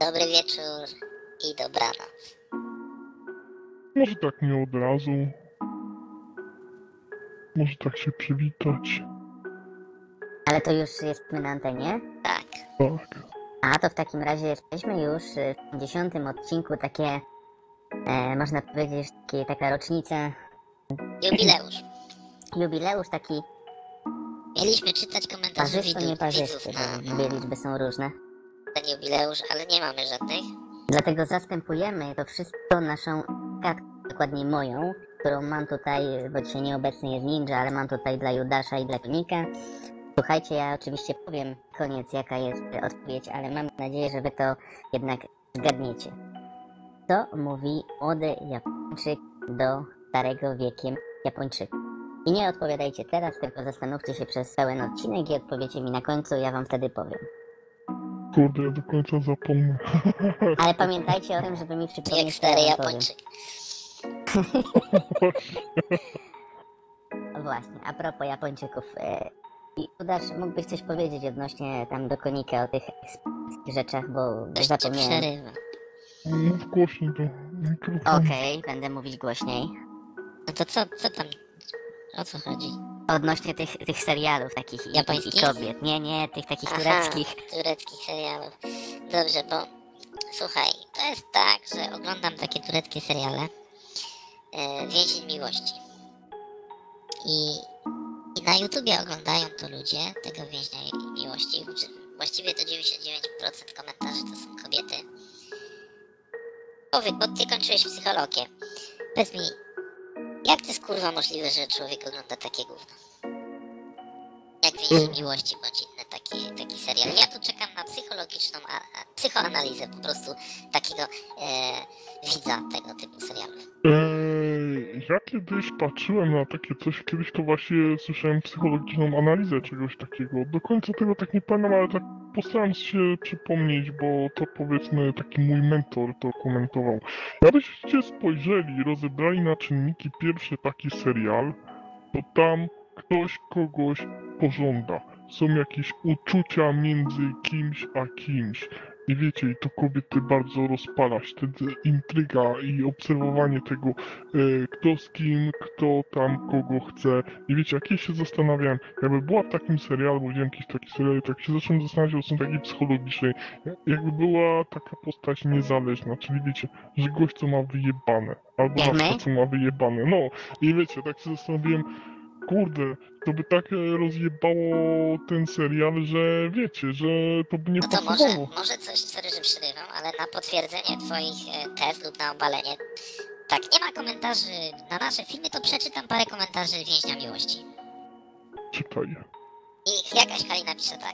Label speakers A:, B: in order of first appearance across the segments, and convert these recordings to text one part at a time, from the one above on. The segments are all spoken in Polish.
A: Dobry wieczór i dobranoc.
B: Może tak nie od razu. Może tak się przywitać.
C: Ale to już jesteśmy na antenie?
A: Tak,
B: Tak.
C: A to w takim razie jesteśmy już w 50. odcinku, można powiedzieć, taka rocznica,
A: jubileusz.
C: jubileusz taki
A: Mieliśmy czytać komentarze
C: parzysto,
A: widzów
C: nieparzysty, bo dwie liczby są różne.
A: ten jubileusz, ale nie mamy żadnych.
C: Dlatego zastępujemy to wszystko naszą kartkę, dokładnie moją, którą mam tutaj, bo dzisiaj nieobecny jest Ninja, ale mam tutaj dla Judasza i dla Tunika. Słuchajcie, ja oczywiście powiem koniec, jaka jest odpowiedź, ale mam nadzieję, że wy to jednak zgadniecie. Co mówi młody Japończyk do starego wiekiem Japończyka? I nie odpowiadajcie teraz, tylko zastanówcie się przez pełen odcinek i odpowiecie mi na końcu, ja wam wtedy powiem.
B: Kurde, ja do końca zapomnę.
C: Ale pamiętajcie o tym, żeby mi
A: Jak
C: przypomnieć, co
A: stary
C: ja wam powiem.
A: Japończyk.
C: Właśnie, a propos Japończyków. Udasz, mógłbyś coś powiedzieć odnośnie tam do konika o tych eksperckich rzeczach, bo
A: Coś cię
C: zapomniałem.
A: przerywa.
B: Mów głośniej do mikrofonu.
C: Okej, będę mówić głośniej.
A: No to co tam? O co chodzi?
C: Odnośnie tych serialów takich i
A: Japońskich?
C: kobiet. Nie, tych takich
A: Aha,
C: tureckich.
A: tureckich serialów. Dobrze, bo słuchaj, to jest tak, że oglądam takie tureckie seriale Więzień Miłości. I na YouTubie oglądają to ludzie tego Więźnia Miłości. Właściwie to 99% komentarzy to są kobiety. Powiedz, bo ty kończyłeś psychologię. Powiedz mi, jak to jest kurwa możliwe, że człowiek ogląda takie gówno? Jak Więzień Miłości bądź inne taki serial. Ja tu czekam na psychologiczną psychoanalizę po prostu takiego widza tego typu serialów.
B: Ja kiedyś patrzyłem na takie coś, kiedyś to właśnie słyszałem psychologiczną analizę czegoś takiego. Do końca tego tak nie pamiętam, ale tak postaram się przypomnieć, bo to powiedzmy taki mój mentor to komentował. Jakbyście spojrzeli, rozebrali na czynniki pierwszy taki serial, to tam ktoś kogoś pożąda. Są jakieś uczucia między kimś a kimś. I wiecie, i to kobiety bardzo rozpala. Wtedy intryga i obserwowanie tego, kto z kim, kto tam kogo chce. I wiecie, jak ja się zastanawiałem, jakby była w takim serialu, bo widziałem jakiś taki serial, i tak się zacząłem zastanawiać o tym takiej psychologicznej, jakby była taka postać niezależna, czyli wiecie, że gość co ma wyjebane, albo na
C: Jak my?
B: przykład co ma wyjebane, no. I wiecie, tak się zastanowiłem, kurde, to by tak rozjebało ten serial, że wiecie, że to by nie
A: No to
B: pasowało.
A: może coś, sorry, że przerywam, ale na potwierdzenie twoich tez lub na obalenie, tak, nie ma komentarzy na nasze filmy, to przeczytam parę komentarzy Więźnia Miłości.
B: Czytaj.
A: I jakaś Halina pisze tak.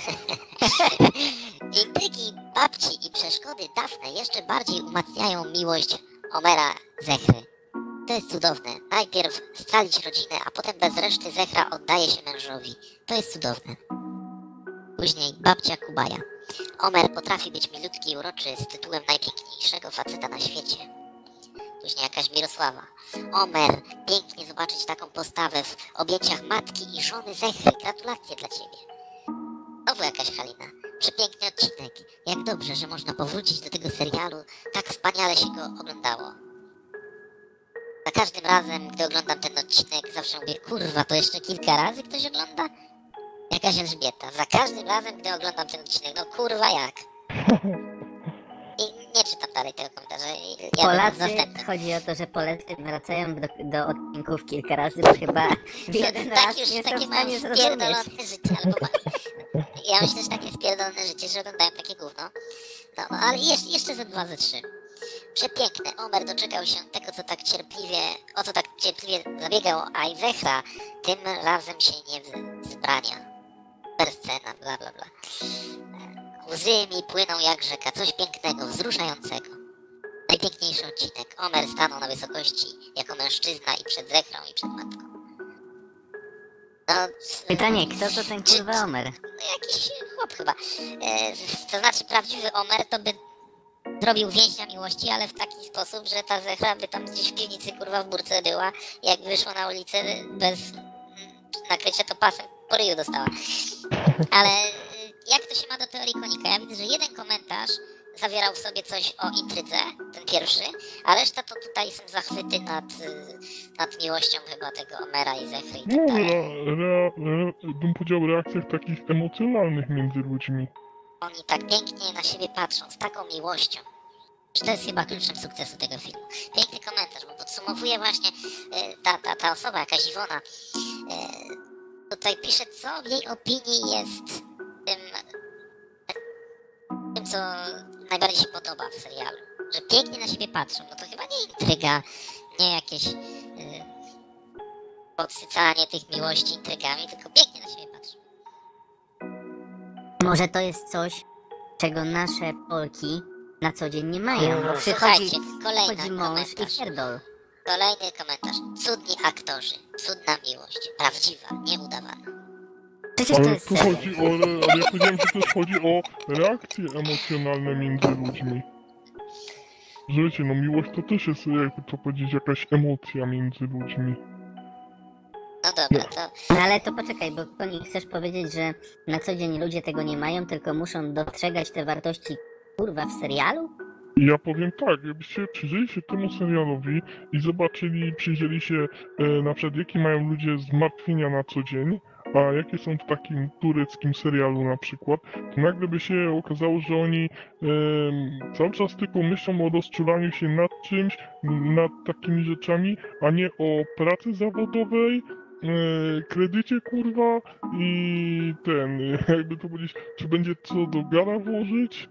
A: Intrygi babci i przeszkody Dafne jeszcze bardziej umacniają miłość Omera Zechry. To jest cudowne. Najpierw scalić rodzinę, a potem bez reszty Zechra oddaje się mężowi. To jest cudowne. Później babcia Kubaja. Omer potrafi być milutki i uroczy z tytułem najpiękniejszego faceta na świecie. Później jakaś Mirosława. Omer, pięknie zobaczyć taką postawę w objęciach matki i żony Zechry. Gratulacje dla ciebie. Znowu jakaś Halina. Przepiękny odcinek. Jak dobrze, że można powrócić do tego serialu. Tak wspaniale się go oglądało. Za każdym razem, gdy oglądam ten odcinek, zawsze mówię, kurwa, to jeszcze kilka razy ktoś ogląda? Jakaś Elżbieta. Za każdym razem, gdy oglądam ten odcinek, no kurwa jak? I nie czytam dalej tego komentarza.
C: Polacy,
A: Następny.
C: chodzi o to, że Polacy wracają do odcinków kilka razy, bo chyba w jeden
A: Tak
C: raz
A: już
C: nie są
A: takie
C: w
A: mają
C: stanie zrozumieć.
A: spierdolone życie, albo ja myślę, że takie spierdolone życie, że oglądają takie gówno. No, ale jeszcze ze dwa, ze trzy. Przepiękne. Omer doczekał się tego, o co tak cierpliwie zabiegał, a i Zechra tym razem się nie wzbrania. Per scena, bla bla bla. Łzy mi płyną jak rzeka, coś pięknego, wzruszającego. Najpiękniejszy odcinek. Omer stanął na wysokości jako mężczyzna i przed Zechrą, i przed matką. No,
C: Pytanie, kto to ten kurwa Omer?
A: no jakiś chłop chyba. To znaczy prawdziwy Omer to by zrobił Więźnia Miłości, ale w taki sposób, że ta Zechra by tam gdzieś w piwnicy kurwa w burce była, jak wyszło na ulicę bez nakrycia, to pasem po ryju dostała. Ale jak to się ma do teorii konika? Ja widzę, że jeden komentarz zawierał w sobie coś o intrydze, ten pierwszy, a reszta to tutaj są zachwyty nad miłością chyba tego Omera i Zechry i
B: No,
A: tak dalej.
B: bym powiedział reakcjach takich emocjonalnych między ludźmi.
A: Oni tak pięknie na siebie patrzą, z taką miłością. Że to jest chyba kluczem sukcesu tego filmu. Piękny komentarz, bo podsumowuje właśnie ta osoba, jakaś Iwona. Tutaj pisze, co w jej opinii jest tym, co najbardziej się podoba w serialu. Że pięknie na siebie patrzą. No to chyba nie intryga, nie jakieś podsycanie tych miłości intrygami, tylko pięknie na siebie patrzą.
C: Może to jest coś, czego nasze Polki na co dzień nie mają, bo przychodzi,
A: Słuchajcie, kolejny
C: przychodzi mąż i
A: komentarz.
C: pierdol.
A: Kolejny komentarz. Cudni aktorzy, cudna miłość, prawdziwa, nieudawana.
C: Przecież to
B: Ale
C: jest
B: tu
C: serial.
B: chodzi o, ale ja powiedziałem, że też chodzi o reakcje emocjonalne między ludźmi. Że wiecie, no miłość to też jest, jakby to powiedzieć, jakaś emocja między ludźmi.
A: No dobra, to
C: No ale to poczekaj, bo Koni, chcesz powiedzieć, że na co dzień ludzie tego nie mają, tylko muszą dostrzegać te wartości, kurwa, w serialu?
B: I ja powiem tak, jakbyście przyjrzeli się temu serialowi i zobaczyli, przyjrzeli się na przykład jakie mają ludzie zmartwienia na co dzień, a jakie są w takim tureckim serialu na przykład, to nagle by się okazało, że oni cały czas tylko myślą o rozczulaniu się nad czymś, nad takimi rzeczami, a nie o pracy zawodowej, kredycie kurwa i jakby to powiedzieć, czy będzie co do gara włożyć.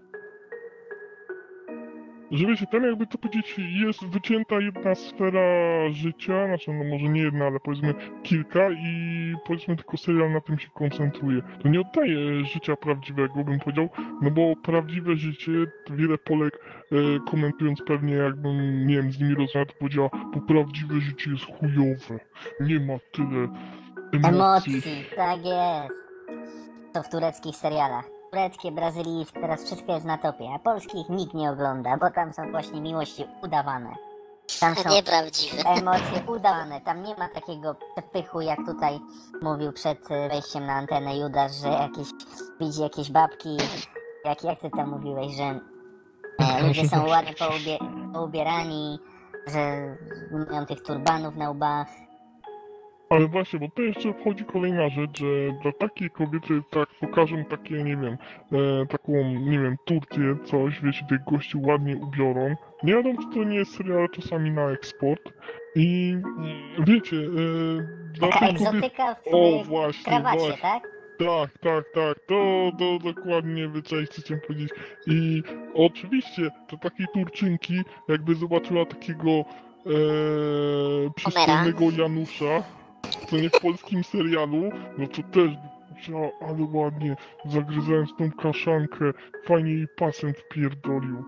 B: Że wiecie, tam jakby to powiedzieć, jest wycięta jedna sfera życia, znaczy no może nie jedna, ale powiedzmy kilka i powiedzmy tylko serial na tym się koncentruje. To nie oddaje życia prawdziwego, bym powiedział, no bo prawdziwe życie, wiele Polek komentując pewnie jakbym, nie wiem, z nimi rozmawiał, to powiedziała, bo prawdziwe życie jest chujowe, nie ma tyle emocji.
C: Emocji, tak jest. To w tureckich serialach. Tureckie, brazylijskie, teraz wszystko jest na topie, a polskich nikt nie ogląda, bo tam są właśnie miłości udawane. Tam są
A: nieprawdziwe.
C: emocje udawane, tam nie ma takiego przepychu, jak tutaj mówił przed wejściem na antenę Judasz, że widzi jakieś babki, jak ty tam mówiłeś, że ludzie są ładnie poubierani, że nie mają tych turbanów na łbach.
B: Ale właśnie, bo to jeszcze wchodzi kolejna rzecz, że dla takiej kobiety tak pokażą takie, nie wiem, taką, nie wiem, Turcję, coś, wiecie, tych gości ładnie ubiorą. Nie wiadomo, czy to nie jest serial czasami na eksport. I wiecie, dla
C: Taka
B: tej kobiety...
C: egzotyka w
B: O, właśnie,
C: krawacie,
B: właśnie.
C: tak?
B: Tak, to dokładnie wy co chciałem powiedzieć. I oczywiście, to takiej Turczynki, jakby zobaczyła takiego przystojnego Janusza, co nie w polskim serialu, no to też by powiedziała, ale ładnie, zagryzając tą kaszankę, fajnie jej pasem wpierdolił.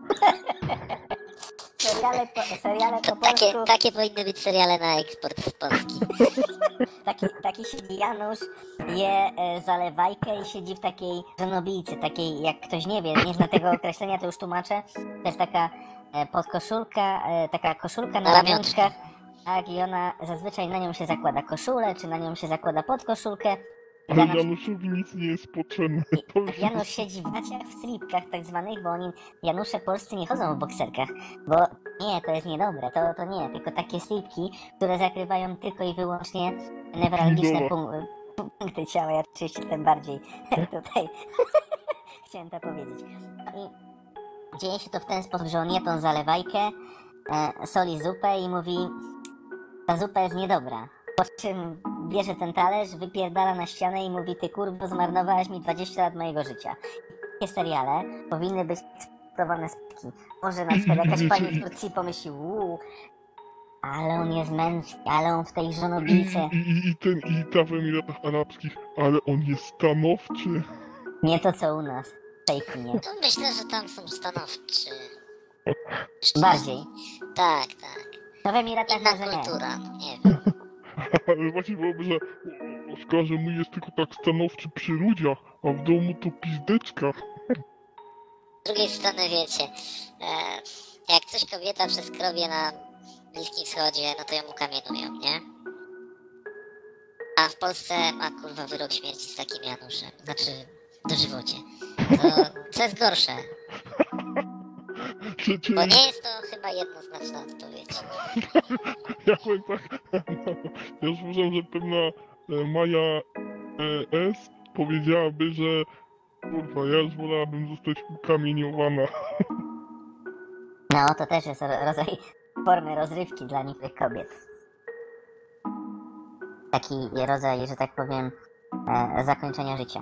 C: Seriale po polsku,
A: Takie powinny być seriale na eksport z Polski.
C: taki siedzi Janusz, je zalewajkę i siedzi w takiej żonobijce, takiej, jak ktoś nie zna tego określenia, to już tłumaczę. To jest taka podkoszulka, taka koszulka na ramionczkach, tak, i ona zazwyczaj na nią się zakłada koszulę, czy na nią się zakłada podkoszulkę.
B: Ale Januszowi nic nie jest potrzebne. To już
C: Janusz siedzi w gaciach, w slipkach tak zwanych, bo Janusze polscy nie chodzą w bokserkach, bo nie, to jest niedobre, to nie, tylko takie slipki, które zakrywają tylko i wyłącznie newralgiczne punkty ciała, ja oczywiście tym bardziej tutaj chciałem to powiedzieć. I dzieje się to w ten sposób, że on je tą zalewajkę, soli zupę i mówi, ta zupa jest niedobra. Po czym bierze ten talerz, wypierdala na ścianę i mówi, ty kurwo, zmarnowałaś mi 20 lat mojego życia. Takie seriale powinny być eksploatowane z Polski. Może na przykład jakaś pani w Turcji pomyśli, ale on jest męski, ale on w tej żonobijce.
B: I ta w Emiratach Arabskich, ale on jest stanowczy.
C: Nie to co u nas. Fejki nie.
A: No myślę, że tam są stanowczy.
C: Bardziej.
A: Tak.
C: No w Emiratach
A: Inna
C: może nie.
A: kultura, no nie wiem.
B: Ale właśnie byłoby, że Oskar, że mój jest tylko tak stanowczy przy ludziach, a w domu to pizdeczka.
A: Z drugiej strony wiecie, jak coś kobieta przeskrobie na Bliskim Wschodzie, no to ją ukamienują, nie? A w Polsce ma kurwa wyrok śmierci z takim Januszem, znaczy dożywocie. To co jest gorsze?
B: Przecież
A: Bo nie jest to chyba jednoznaczna odpowiedź.
B: ja powiem tak, ja już uważam, że pewna Maja S powiedziałaby, że kurwa, ja już wolałabym zostać ukamieniowana.
C: No, to też jest rodzaj formy rozrywki dla niektórych kobiet. Taki rodzaj, że tak powiem, zakończenia życia.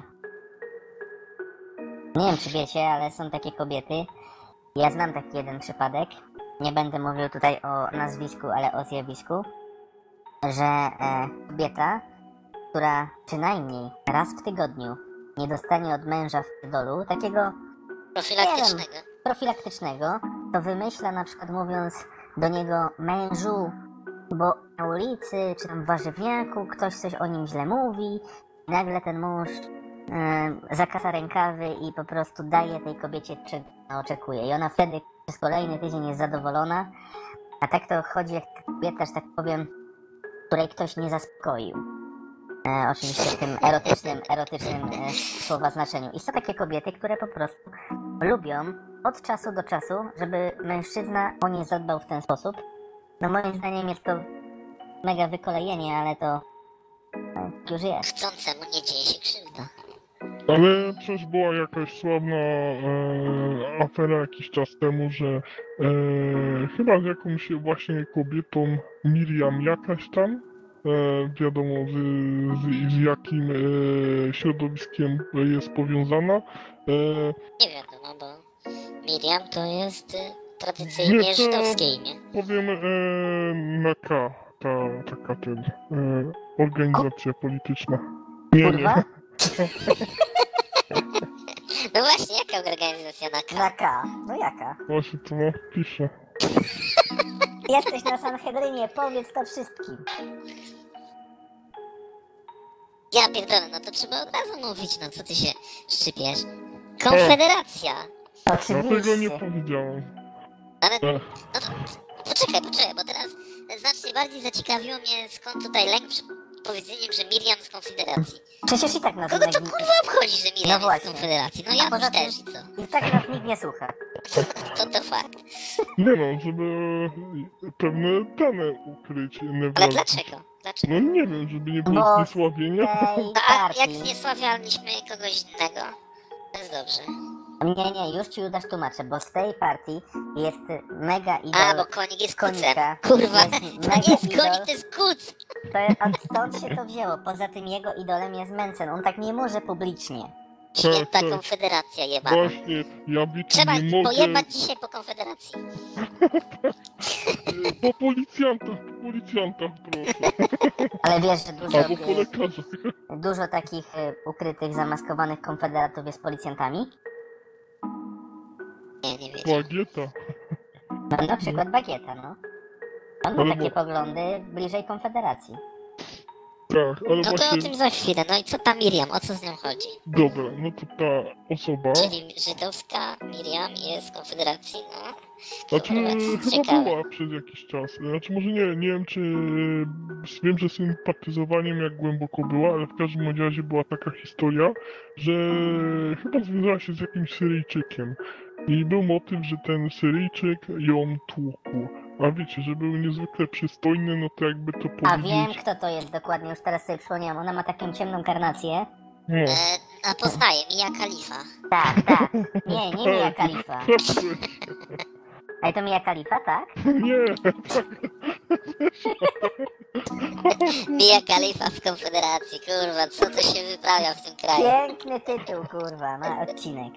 C: Nie wiem, czy wiecie, ale są takie kobiety. Ja znam taki jeden przypadek. Nie będę mówił tutaj o nazwisku, ale o zjawisku. Że kobieta, która przynajmniej raz w tygodniu nie dostanie od męża wpierdolu, takiego
A: Profilaktycznego.
C: profilaktycznego, to wymyśla na przykład mówiąc do niego mężu, bo na ulicy czy tam w warzywniaku ktoś coś o nim źle mówi, i nagle ten mąż zakasa rękawy i po prostu daje tej kobiecie, czego ona oczekuje. I ona wtedy przez kolejny tydzień jest zadowolona, a tak to chodzi jak kobieta, że tak powiem, której ktoś nie zaspokoił. Oczywiście w tym erotycznym słowa znaczeniu. I są takie kobiety, które po prostu lubią od czasu do czasu, żeby mężczyzna o nie zadbał w ten sposób. No moim zdaniem jest to mega wykolejenie, ale to już jest.
A: Chcącemu nie dzieje się krzywda.
B: Ale przecież była jakaś sławna afera jakiś czas temu, że chyba z jakąś właśnie kobietą Miriam jakaś tam, wiadomo z jakim środowiskiem jest powiązana.
A: Nie wiadomo, bo Miriam to jest tradycyjnie
B: Nie, to-
A: żydowskie imię.
B: Powiem na K, taka organizacja polityczna. Nie,
C: Kurwa?
A: No właśnie, jaka organizacja na K?
C: Na K. No jaka?
B: właśnie to piszę.
C: Jesteś na Sanhedrynie, powiedz to wszystkim.
A: Ja pierdolę, no to trzeba od razu mówić, no co ty się szczypiesz? Konfederacja!
B: Dlatego nie
C: Oczywiście.
B: powiedziałem.
A: Ale,
B: Ech.
A: no to, poczekaj, bo teraz znacznie bardziej zaciekawiło mnie, skąd tutaj lęk przed powiedzeniem, że Miriam z Konfederacji.
C: Przecież i tak nas
A: Kogo
C: nikt
A: to kurwa obchodzi, że Miriam
C: No
A: jest z
C: właśnie.
A: Konfederacji? No
C: A
A: ja
C: poza
A: też
C: tym-
A: i co?
C: I tak nas nikt nie słucha.
A: To fakt.
B: Nie no, żeby pewne dane ukryć,
A: Ale
B: newralgiczne.
A: dlaczego? Dlaczego?
B: No nie wiem, żeby nie było
C: Bo-
B: zniesławienia.
C: Tej
A: No a jak
C: partii...
A: zniesławialiśmy kogoś innego, to jest dobrze.
C: Nie, już ci udasz tłumaczę, bo z tej partii jest mega
A: A,
C: idol
A: bo konik jest kucem.
C: konika.
A: Kurwa,
C: Jest
A: to
C: mega
A: nie jest
C: idol.
A: konik, to jest kuc.
C: Stąd się to wzięło. Poza tym jego idolem jest Mencen. On tak nie może publicznie.
A: Święta
B: tak.
A: Konfederacja jebana.
B: Właśnie, ja wiecie,
A: Trzeba
B: nie mogę...
A: pojebać dzisiaj po Konfederacji.
B: Po policjantach, proszę.
C: Ale wiesz, że
B: Albo po lekarzach.
C: dużo takich ukrytych, zamaskowanych konfederatów jest policjantami.
A: Nie wiedziałem.
B: Bagieta.
C: No, na przykład Bagieta, no. On ma
B: Ale
C: takie
B: bo-
C: poglądy bliżej Konfederacji.
B: Tak, ale
A: No to o
B: właśnie...
A: tym za chwilę. No i co ta Miriam? O co z nią chodzi?
B: Dobra, no to ta osoba...
A: Czyli żydowska Miriam jest z Konfederacji, no.
B: Znaczy,
A: Kurwa,
B: chyba
A: ciekawe.
B: była przez jakiś czas. Znaczy, może nie wiem, czy... Wiem, że sympatyzowaniem jak głęboko była, ale w każdym bądź razie była taka historia, że chyba związała się z jakimś Syryjczykiem. I był motyw, że ten Syryjczyk ją tłukł. A wiecie, że był niezwykle przystojny, no to jakby to
C: A wiem,
B: powiedzieć...
C: kto to jest dokładnie, już teraz sobie przypomniałam. Ona ma taką ciemną karnację.
B: No,
A: A poznaję, Mia Khalifa.
C: Tak. Nie Mia Khalifa.
B: trafiłeś.
C: Ale to Mia Khalifa, tak?
B: Nie, tak.
A: Mia Khalifa w Konfederacji, kurwa, co to się wyprawia w tym kraju?
C: Piękny tytuł, kurwa, na odcinek.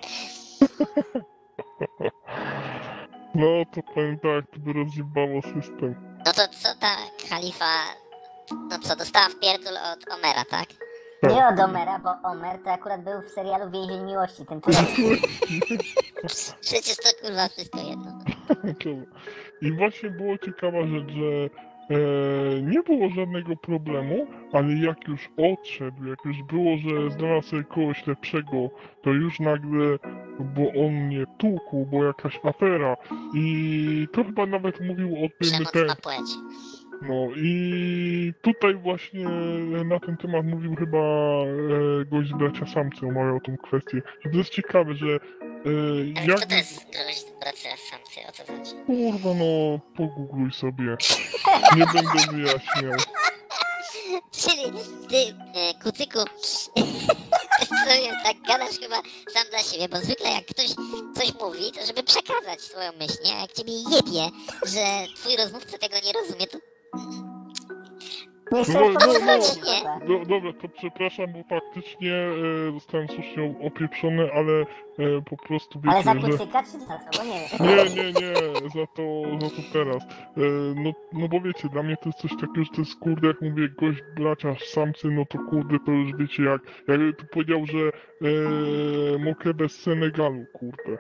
B: No to powiem tak, to by rozjebało system.
A: No to co ta Khalifa, no co, dostała w pierdol od Omera, tak?
C: Nie od Omera, bo Omer to akurat był w serialu Więzień Miłości, tym tureckim.
A: Przecież to kurwa wszystko jedno.
B: I właśnie było ciekawa rzecz, że nie było żadnego problemu, ale jak już odszedł, jak już było, że znalazł sobie kogoś lepszego, to już nagle, bo on mnie tłukł, bo jakaś afera. I to chyba nawet mówił o tym
A: Przemoc
B: ten...
A: na płeć.
B: No i tutaj właśnie na ten temat mówił chyba gość z Bracia Samcy, omawiał tą kwestię. Że to jest ciekawe, że
A: Ale
B: jak...
A: kto to jest gość z bracia samcy, o co chodzi?
B: Kurwa no, pogoogluj sobie. Nie będę wyjaśniał.
A: Czyli ty, kucyku, sobie tak gadasz chyba sam dla siebie, bo zwykle jak ktoś coś mówi, to żeby przekazać swoją myśl, nie? A jak ciebie jebie, że twój rozmówca tego nie rozumie, to
C: Nie
B: No,
C: chcę
B: no,
C: posłuchać,
A: no.
C: kurwa.
B: Dobra, to przepraszam, bo faktycznie zostałem słusznie opieprzony, ale po prostu
C: Ale za
B: wiecie, że...
C: kucyka czy za co? Bo nie wiem.
B: Nie, za to teraz. No bo wiecie, dla mnie to jest coś takiego, że to jest kurde, jak mówię, gość bracia samcy, no to kurde, to już wiecie, jak tu powiedział, że Mokebe z Senegalu, kurde.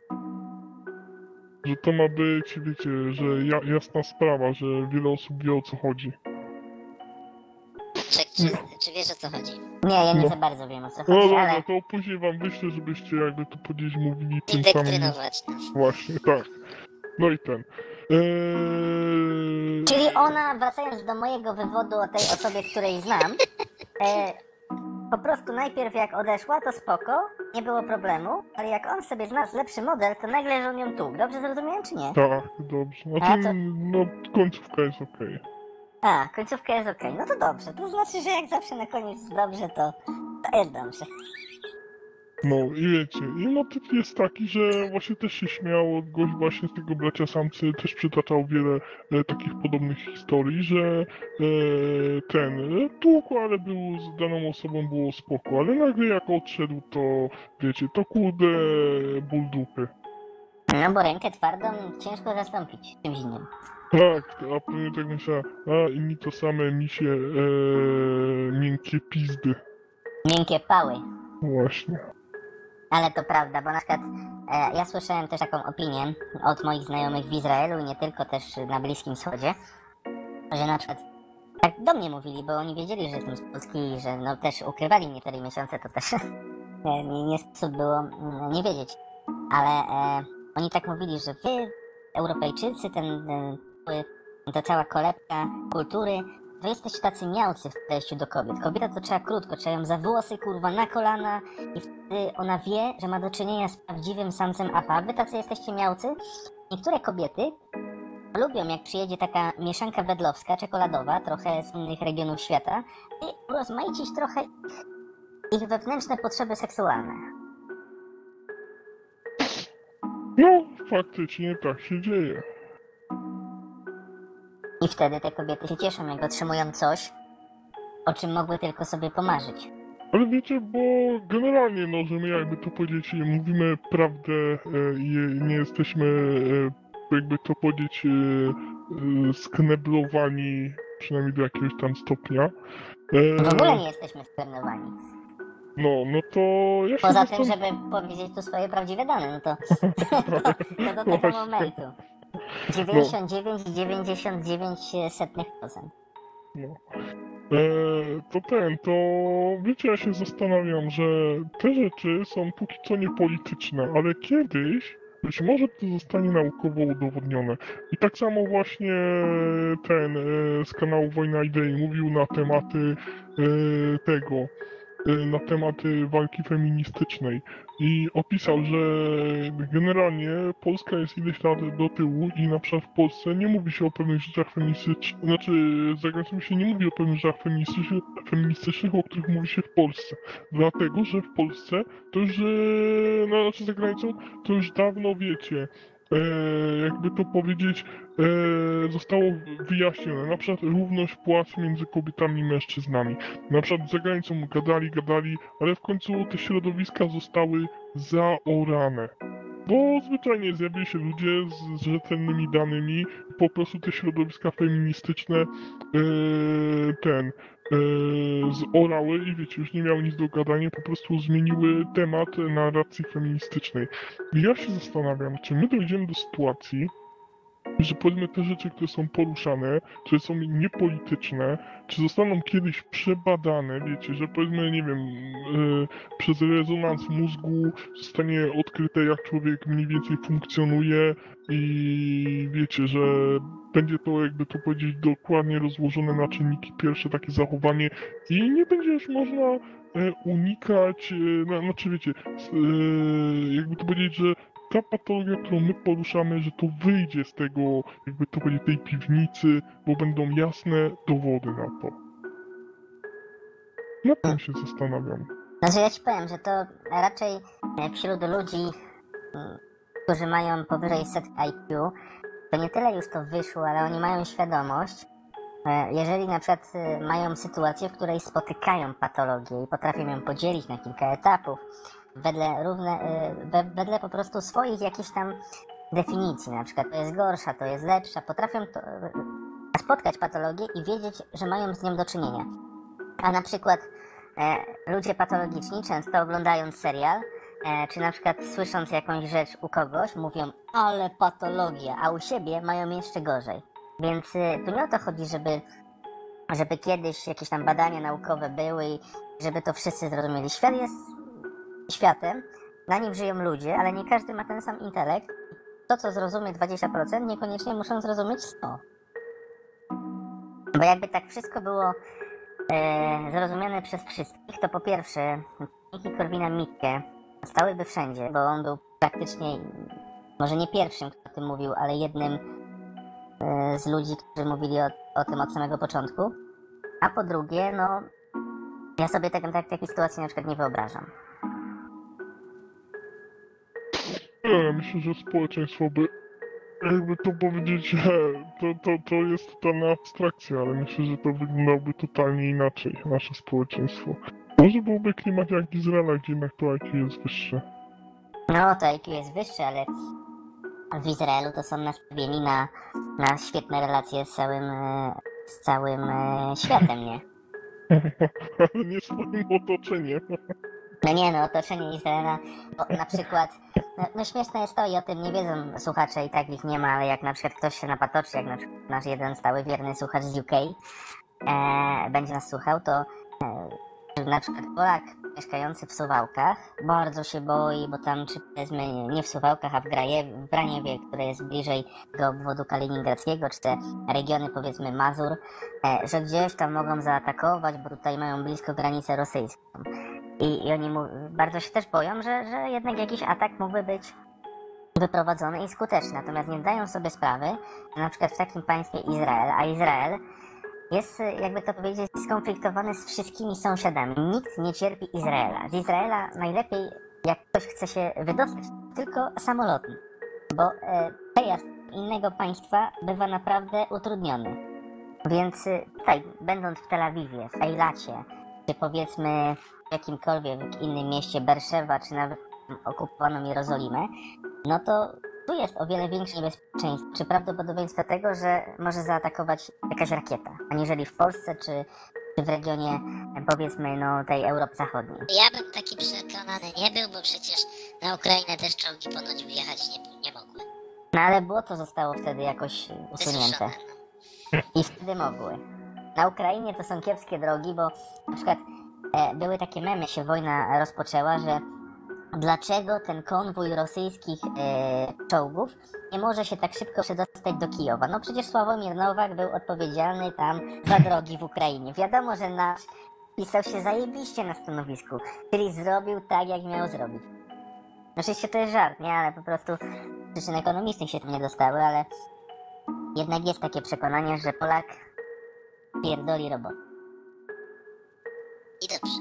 B: Że to ma być, wiecie, że jasna sprawa, że wiele osób wie o co chodzi.
A: czy wiesz o co chodzi?
C: Nie, ja nie
B: No.
C: za bardzo wiem o co
B: No
C: chodzi,
B: dobra,
C: ale...
B: to później wam wyślę, żebyście jakby to gdzieś mówili tym samym.
A: Indektrynować nas.
B: Właśnie, tak. No i ten.
C: Czyli ona, wracając do mojego wywodu o tej osobie, której znam, po prostu najpierw jak odeszła, to spoko, nie było problemu, ale jak on sobie znalazł lepszy model, to nagle że on ją tu. Dobrze zrozumiałem, czy nie?
B: Tak, dobrze.
C: A,
B: Znaczy,
C: to-
B: no końcówka jest okej.
C: A, końcówka jest okej. No to dobrze. To znaczy, że jak zawsze na koniec dobrze, to jest dobrze.
B: No i wiecie, i motyw jest taki, że właśnie też się śmiał, gość właśnie z tego bracia samcy też przytaczał wiele takich podobnych historii, że tłukł, ale był z daną osobą było spoko, ale nagle jak odszedł, to wiecie, to kurde ból dupy.
C: No bo rękę twardą ciężko zastąpić czymś innym.
B: Tak, a pewnie tak myślała, a i mi to same misie miękkie pizdy.
C: Miękkie pały.
B: Właśnie.
C: Ale to prawda, bo na przykład ja słyszałem też taką opinię od moich znajomych w Izraelu i nie tylko, też na Bliskim Wschodzie, że na przykład tak do mnie mówili, bo oni wiedzieli, że jestem z Polski i że no też ukrywali mnie 4 miesiące, to też nie sposób było nie wiedzieć. Ale oni tak mówili, że wy, Europejczycy, ta cała kolebka kultury, wy jesteście tacy miałcy w podejściu do kobiet. Kobieta to trzeba krótko, trzeba ją za włosy, kurwa, na kolana i wtedy ona wie, że ma do czynienia z prawdziwym samcem alfa. Wy tacy jesteście miałcy. Niektóre kobiety lubią, jak przyjedzie taka mieszanka wedlowska, czekoladowa, trochę z innych regionów świata i urozmaicić trochę ich wewnętrzne potrzeby seksualne.
B: No, faktycznie tak się dzieje.
C: I wtedy te kobiety się cieszą, jak otrzymują coś, o czym mogły tylko sobie pomarzyć.
B: Ale wiecie, bo generalnie, no, że my jakby to powiedzieć, mówimy prawdę i nie jesteśmy, jakby to powiedzieć, skneblowani, przynajmniej do jakiegoś tam stopnia.
C: W ogóle nie jesteśmy sklemnowani.
B: No to ja się
C: Poza tym, żeby powiedzieć tu swoje prawdziwe dane, no to do tego
B: Właśnie.
C: momentu. 99,99%.
B: No. To wiecie, ja się zastanawiam, że te rzeczy są póki co niepolityczne, ale kiedyś być może to zostanie naukowo udowodnione. I tak samo właśnie z kanału Wojna Idei mówił na tematy na tematy walki feministycznej i opisał, że generalnie Polska jest ileś lat do tyłu i na przykład w Polsce nie mówi się o pewnych rzeczach feministycznych, znaczy za granicą się nie mówi o pewnych rzeczach feministycznych, o których mówi się w Polsce. Dlatego, że w Polsce to już, no, znaczy za granicą, to już dawno wiecie, jakby to powiedzieć, zostało wyjaśnione. Na przykład równość płac między kobietami i mężczyznami. Na przykład za granicą gadali, ale w końcu te środowiska zostały zaorane. Bo zwyczajnie zjawili się ludzie z rzetelnymi danymi i po prostu te środowiska feministyczne zorały i wiecie, już nie miały nic do gadania, po prostu zmieniły temat narracji feministycznej. I ja się zastanawiam, czy my dojdziemy do sytuacji, że powiedzmy te rzeczy, które są poruszane, czy są niepolityczne, czy zostaną kiedyś przebadane, wiecie, że powiedzmy, nie wiem, przez rezonans mózgu zostanie odkryte, jak człowiek mniej więcej funkcjonuje i wiecie, że będzie to, jakby to powiedzieć, dokładnie rozłożone na czynniki pierwsze, takie zachowanie i nie będzie już można unikać, znaczy wiecie, jakby to powiedzieć, że ta patologia, którą my poruszamy, że to wyjdzie z tego, jakby to powiedzieć, tej piwnicy, bo będą jasne dowody na to. Nad tym się zastanawiam.
C: Znaczy ja ci powiem, że to raczej wśród ludzi, którzy mają powyżej 100 IQ, to nie tyle już to wyszło, ale oni mają świadomość, jeżeli na przykład mają sytuację, w której spotykają patologię i potrafią ją podzielić na kilka etapów, wedle po prostu swoich jakichś tam definicji, na przykład to jest gorsza, to jest lepsza, potrafią spotkać patologię i wiedzieć, że mają z nią do czynienia. A na przykład ludzie patologiczni, często oglądając serial, czy na przykład słysząc jakąś rzecz u kogoś, mówią, ale patologia, a u siebie mają jeszcze gorzej. Więc tu nie o to chodzi, żeby kiedyś jakieś tam badania naukowe były i żeby to wszyscy zrozumieli. Świat jest światem, na nim żyją ludzie, ale nie każdy ma ten sam intelekt. To, co zrozumie 20%, niekoniecznie muszą zrozumieć 100%. Bo jakby tak wszystko było zrozumiane przez wszystkich, to po pierwsze, dzięki Korwina-Mikke stałyby wszędzie, bo on był praktycznie, może nie pierwszym, kto o tym mówił, ale jednym z ludzi, którzy mówili o tym od samego początku. A po drugie, no, ja sobie takiej sytuacji na przykład nie wyobrażam.
B: Myślę, że społeczeństwo by, jakby to powiedzieć, to jest totalna abstrakcja, ale myślę, że to wyglądałoby totalnie inaczej, nasze społeczeństwo. Może byłby klimat jak Izraela, gdzie jednak to IQ jest wyższe.
C: No, to IQ jest wyższe, ale w Izraelu to są nastawieni na świetne relacje z całym światem, nie?
B: Ale nie swoim otoczeniem.
C: No nie, no otoczenie Izraela, na przykład, no śmieszne jest to i o tym nie wiedzą słuchacze i tak ich nie ma, ale jak na przykład ktoś się napatoczy, jak na przykład nasz jeden stały wierny słuchacz z UK będzie nas słuchał, to na przykład Polak mieszkający w Suwałkach bardzo się boi, bo tam, czy powiedzmy nie w Suwałkach, a w Braniewie, które jest bliżej do obwodu kaliningradzkiego, czy te regiony powiedzmy Mazur, że gdzieś tam mogą zaatakować, bo tutaj mają blisko granicę rosyjską. I oni bardzo się też boją, że jednak jakiś atak mógłby być wyprowadzony i skuteczny. Natomiast nie zdają sobie sprawy, że na przykład w takim państwie Izrael, a Izrael jest, jakby to powiedzieć, skonfliktowany z wszystkimi sąsiadami. Nikt nie cierpi Izraela. Z Izraela najlepiej, jak ktoś chce się wydostać, tylko samolotem, bo przejazd innego państwa bywa naprawdę utrudniony. Więc tutaj, będąc w Tel Awiwie, w Ejlacie, czy powiedzmy w jakimkolwiek innym mieście Berszewa, czy nawet okupowaną Jerozolimę, no to tu jest o wiele większe niebezpieczeństwo, czy prawdopodobieństwo tego, że może zaatakować jakaś rakieta, aniżeli w Polsce, czy w regionie, powiedzmy, no tej Europy Zachodniej.
A: Ja bym taki przekonany nie był, bo przecież na Ukrainę też czołgi ponoć wjechać nie mogły.
C: No ale błoto zostało wtedy jakoś usunięte.
A: Wysuszone, no.
C: I wtedy mogły. Na Ukrainie to są kiepskie drogi, bo na przykład były takie memy, się wojna rozpoczęła, że dlaczego ten konwój rosyjskich czołgów nie może się tak szybko przedostać do Kijowa? No przecież Sławomir Nowak był odpowiedzialny tam za drogi w Ukrainie. Wiadomo, że nasz pisał się zajebiście na stanowisku, czyli zrobił tak, jak miał zrobić. Oczywiście to jest żart, nie? Ale po prostu z przyczyn ekonomicznych się tam nie dostały, ale jednak jest takie przekonanie, że Polak pierdoli robotę.
A: I dobrze.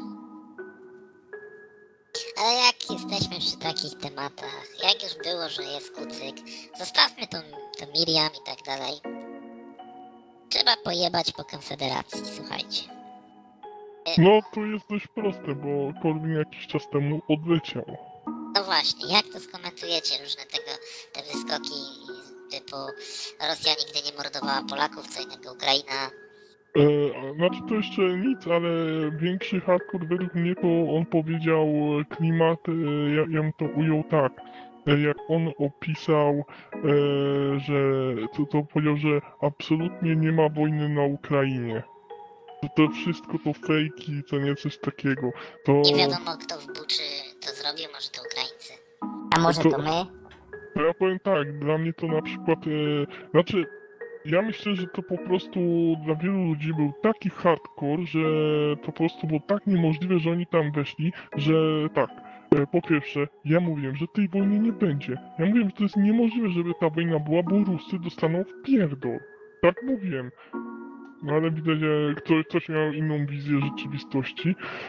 A: Ale jak jesteśmy przy takich tematach, jak już było, że jest kucyk, zostawmy tą Miriam i tak dalej. Trzeba pojebać po Konfederacji, słuchajcie.
B: No to jest dość proste, bo Korwin jakiś czas temu odleciał.
A: No właśnie, jak to skomentujecie różne te wyskoki typu Rosja nigdy nie mordowała Polaków, co innego Ukraina.
B: Znaczy to jeszcze nic, ale większy hardcore według mnie to on powiedział klimat, ja bym to ujął tak. jak on opisał, że to powiedział, że absolutnie nie ma wojny na Ukrainie. To wszystko to fejki, to nie coś takiego. To,
A: Nie wiadomo, kto w Buczy to zrobił, może to Ukraińcy.
C: A może
B: To-
C: to my?
B: to ja powiem tak, dla mnie to na przykład, znaczy, ja myślę, że to po prostu dla wielu ludzi był taki hardcore, że to po prostu było tak niemożliwe, że oni tam weszli, że tak. Po pierwsze, ja mówiłem, że tej wojny nie będzie. Ja mówiłem, że to jest niemożliwe, żeby ta wojna była, bo Rusy dostaną w pierdol. Tak mówiłem. No ale widać, że ktoś miał inną wizję rzeczywistości,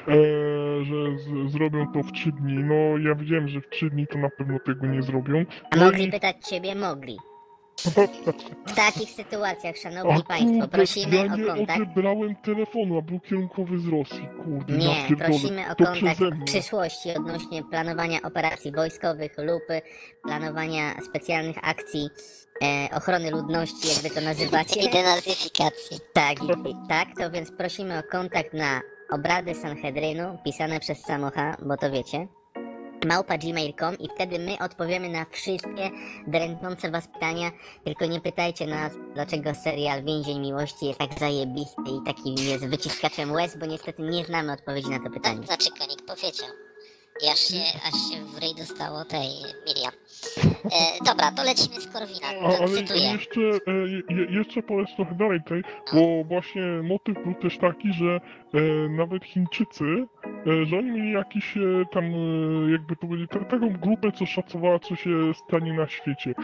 B: że zrobią to w 3 dni. No ja wiedziałem, że w 3 dni to na pewno tego nie zrobią.
C: A
B: No
C: mogli
B: i...
C: pytać ciebie? Mogli.
B: No,
C: W takich sytuacjach,
B: a
C: szanowni państwo,
B: kurde,
C: prosimy
B: ja
C: o
B: nie
C: kontakt.
B: odebrałem telefonu, a był kierunkowy z Rosji, kurde,
C: Nie,
B: ja pierdolę.
C: prosimy o
B: To
C: kontakt
B: przeze
C: w
B: mnie.
C: przyszłości odnośnie planowania operacji wojskowych lub planowania specjalnych akcji ochrony ludności, jakby to nazywacie.
A: I denazyfikacji.
C: Tak, tak, to więc prosimy o kontakt na obrady Sanhedrynu, pisane przez Samocha, bo to wiecie, @gmail.com i wtedy my odpowiemy na wszystkie drętnące was pytania, tylko nie pytajcie nas, dlaczego serial Więzień Miłości jest tak zajebisty i taki jest wyciskaczem łez, bo niestety nie znamy odpowiedzi na to pytanie.
A: No, znaczy konik powiedział. I aż się w ryj dostało tej Miriam. Dobra, to lecimy z Korwina. To
B: Ale
A: cytuję.
B: jeszcze powiedz trochę dalej tej, bo właśnie motyw był też taki, że nawet Chińczycy, że oni mieli jakiś tam, jakby to powiedzieć, taką grupę, co szacowała, co się stanie na świecie.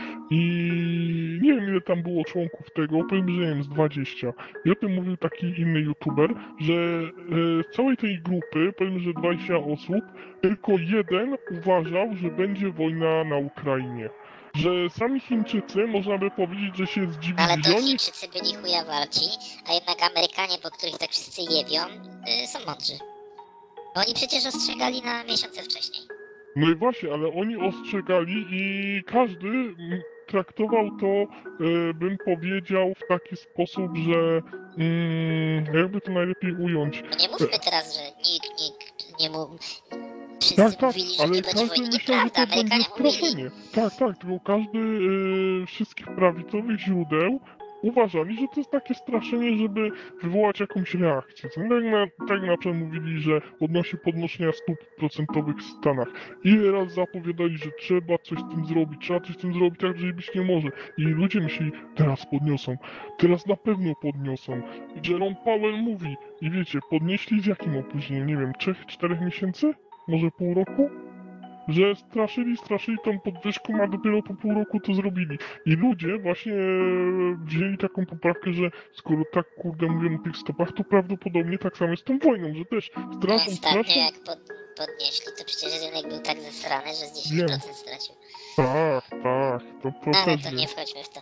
B: I nie wiem, ile tam było członków tego, powiem, że nie wiem, z 20. I o tym mówił taki inny youtuber, że z całej tej grupy, powiem, że 20 osób, tylko jeden uważał, że będzie wojna na Ukrainie. Że sami Chińczycy, można by powiedzieć, że się zdziwili,
A: Ale
B: że
A: to
B: oni...
A: Chińczycy byli chuja warci, a jednak Amerykanie, po których tak wszyscy jebią, są mądrzy. Bo oni przecież ostrzegali na miesiące wcześniej.
B: No i właśnie, ale oni ostrzegali i każdy traktował to, bym powiedział, w taki sposób, że jakby to najlepiej ująć.
A: No nie mówmy teraz, że nikt nie mógł. Wszyscy
B: Tak, tak,
A: mówili, że
B: ale
A: nie będzie
B: każdy
A: wojny.
B: myślał, że
A: Nieprawda,
B: to będzie
A: Amerykanie mówili.
B: straszenie. Tak, tak, tylko każdy, wszystkich prawicowych źródeł uważali, że to jest takie straszenie, żeby wywołać jakąś reakcję. Co tak na przykład mówili, że odnośnie podnoszenia stóp procentowych w Stanach. Ile razy zapowiadali, że trzeba coś z tym zrobić, tak, że być nie może. I ludzie myśleli, teraz podniosą, teraz na pewno podniosą. I Jerome Powell mówi, i wiecie, podnieśli z jakim opóźnieniem, nie wiem, 3-4 miesięcy? Może pół roku? Że straszyli tą podwyżką, a dopiero po pół roku to zrobili. I ludzie właśnie wzięli taką poprawkę, że skoro tak kurde mówią o tych stopach, to prawdopodobnie tak samo jest z tą wojną, że też straszą.
A: Ostatnio jak podnieśli, to przecież rynek był tak zesrany, że z 10% stracił.
B: Tak, to
A: Ale
B: też
A: to
B: wiem.
A: nie wchodźmy w to.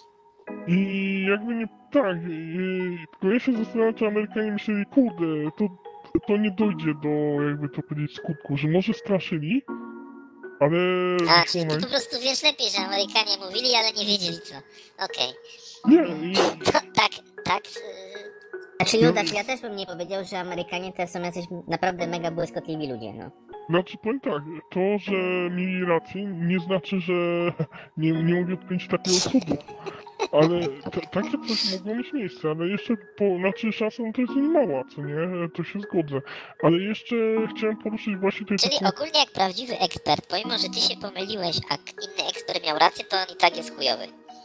B: I jakby nie, tak, tylko ja się zastanawiam, czy Amerykanie myśleli, kurde, to nie dojdzie do, jakby to powiedzieć, skutku, że może straszyli, ale
A: A,
B: wyszło
A: czyli
B: na...
A: ty po prostu wiesz lepiej, że Amerykanie mówili, ale nie wiedzieli co. Okej.
B: Nie,
A: Tak,
C: Znaczy Judasz, ja też bym nie powiedział, że Amerykanie to są jacyś naprawdę mega błyskotliwi ludzie, no.
B: znaczy powiem tak, to, że mieli rację, nie znaczy, że nie mogli odpiąć takiego cudu. Ale takie coś mogło mieć miejsce, ale jeszcze znaczy szansa na to jest mała, co nie? To się zgodzę. Ale jeszcze chciałem poruszyć właśnie tutaj
A: czyli
B: taką...
A: ogólnie jak prawdziwy ekspert, pomimo że ty się pomyliłeś, a inny ekspert miał rację, to on i tak jest chujowy.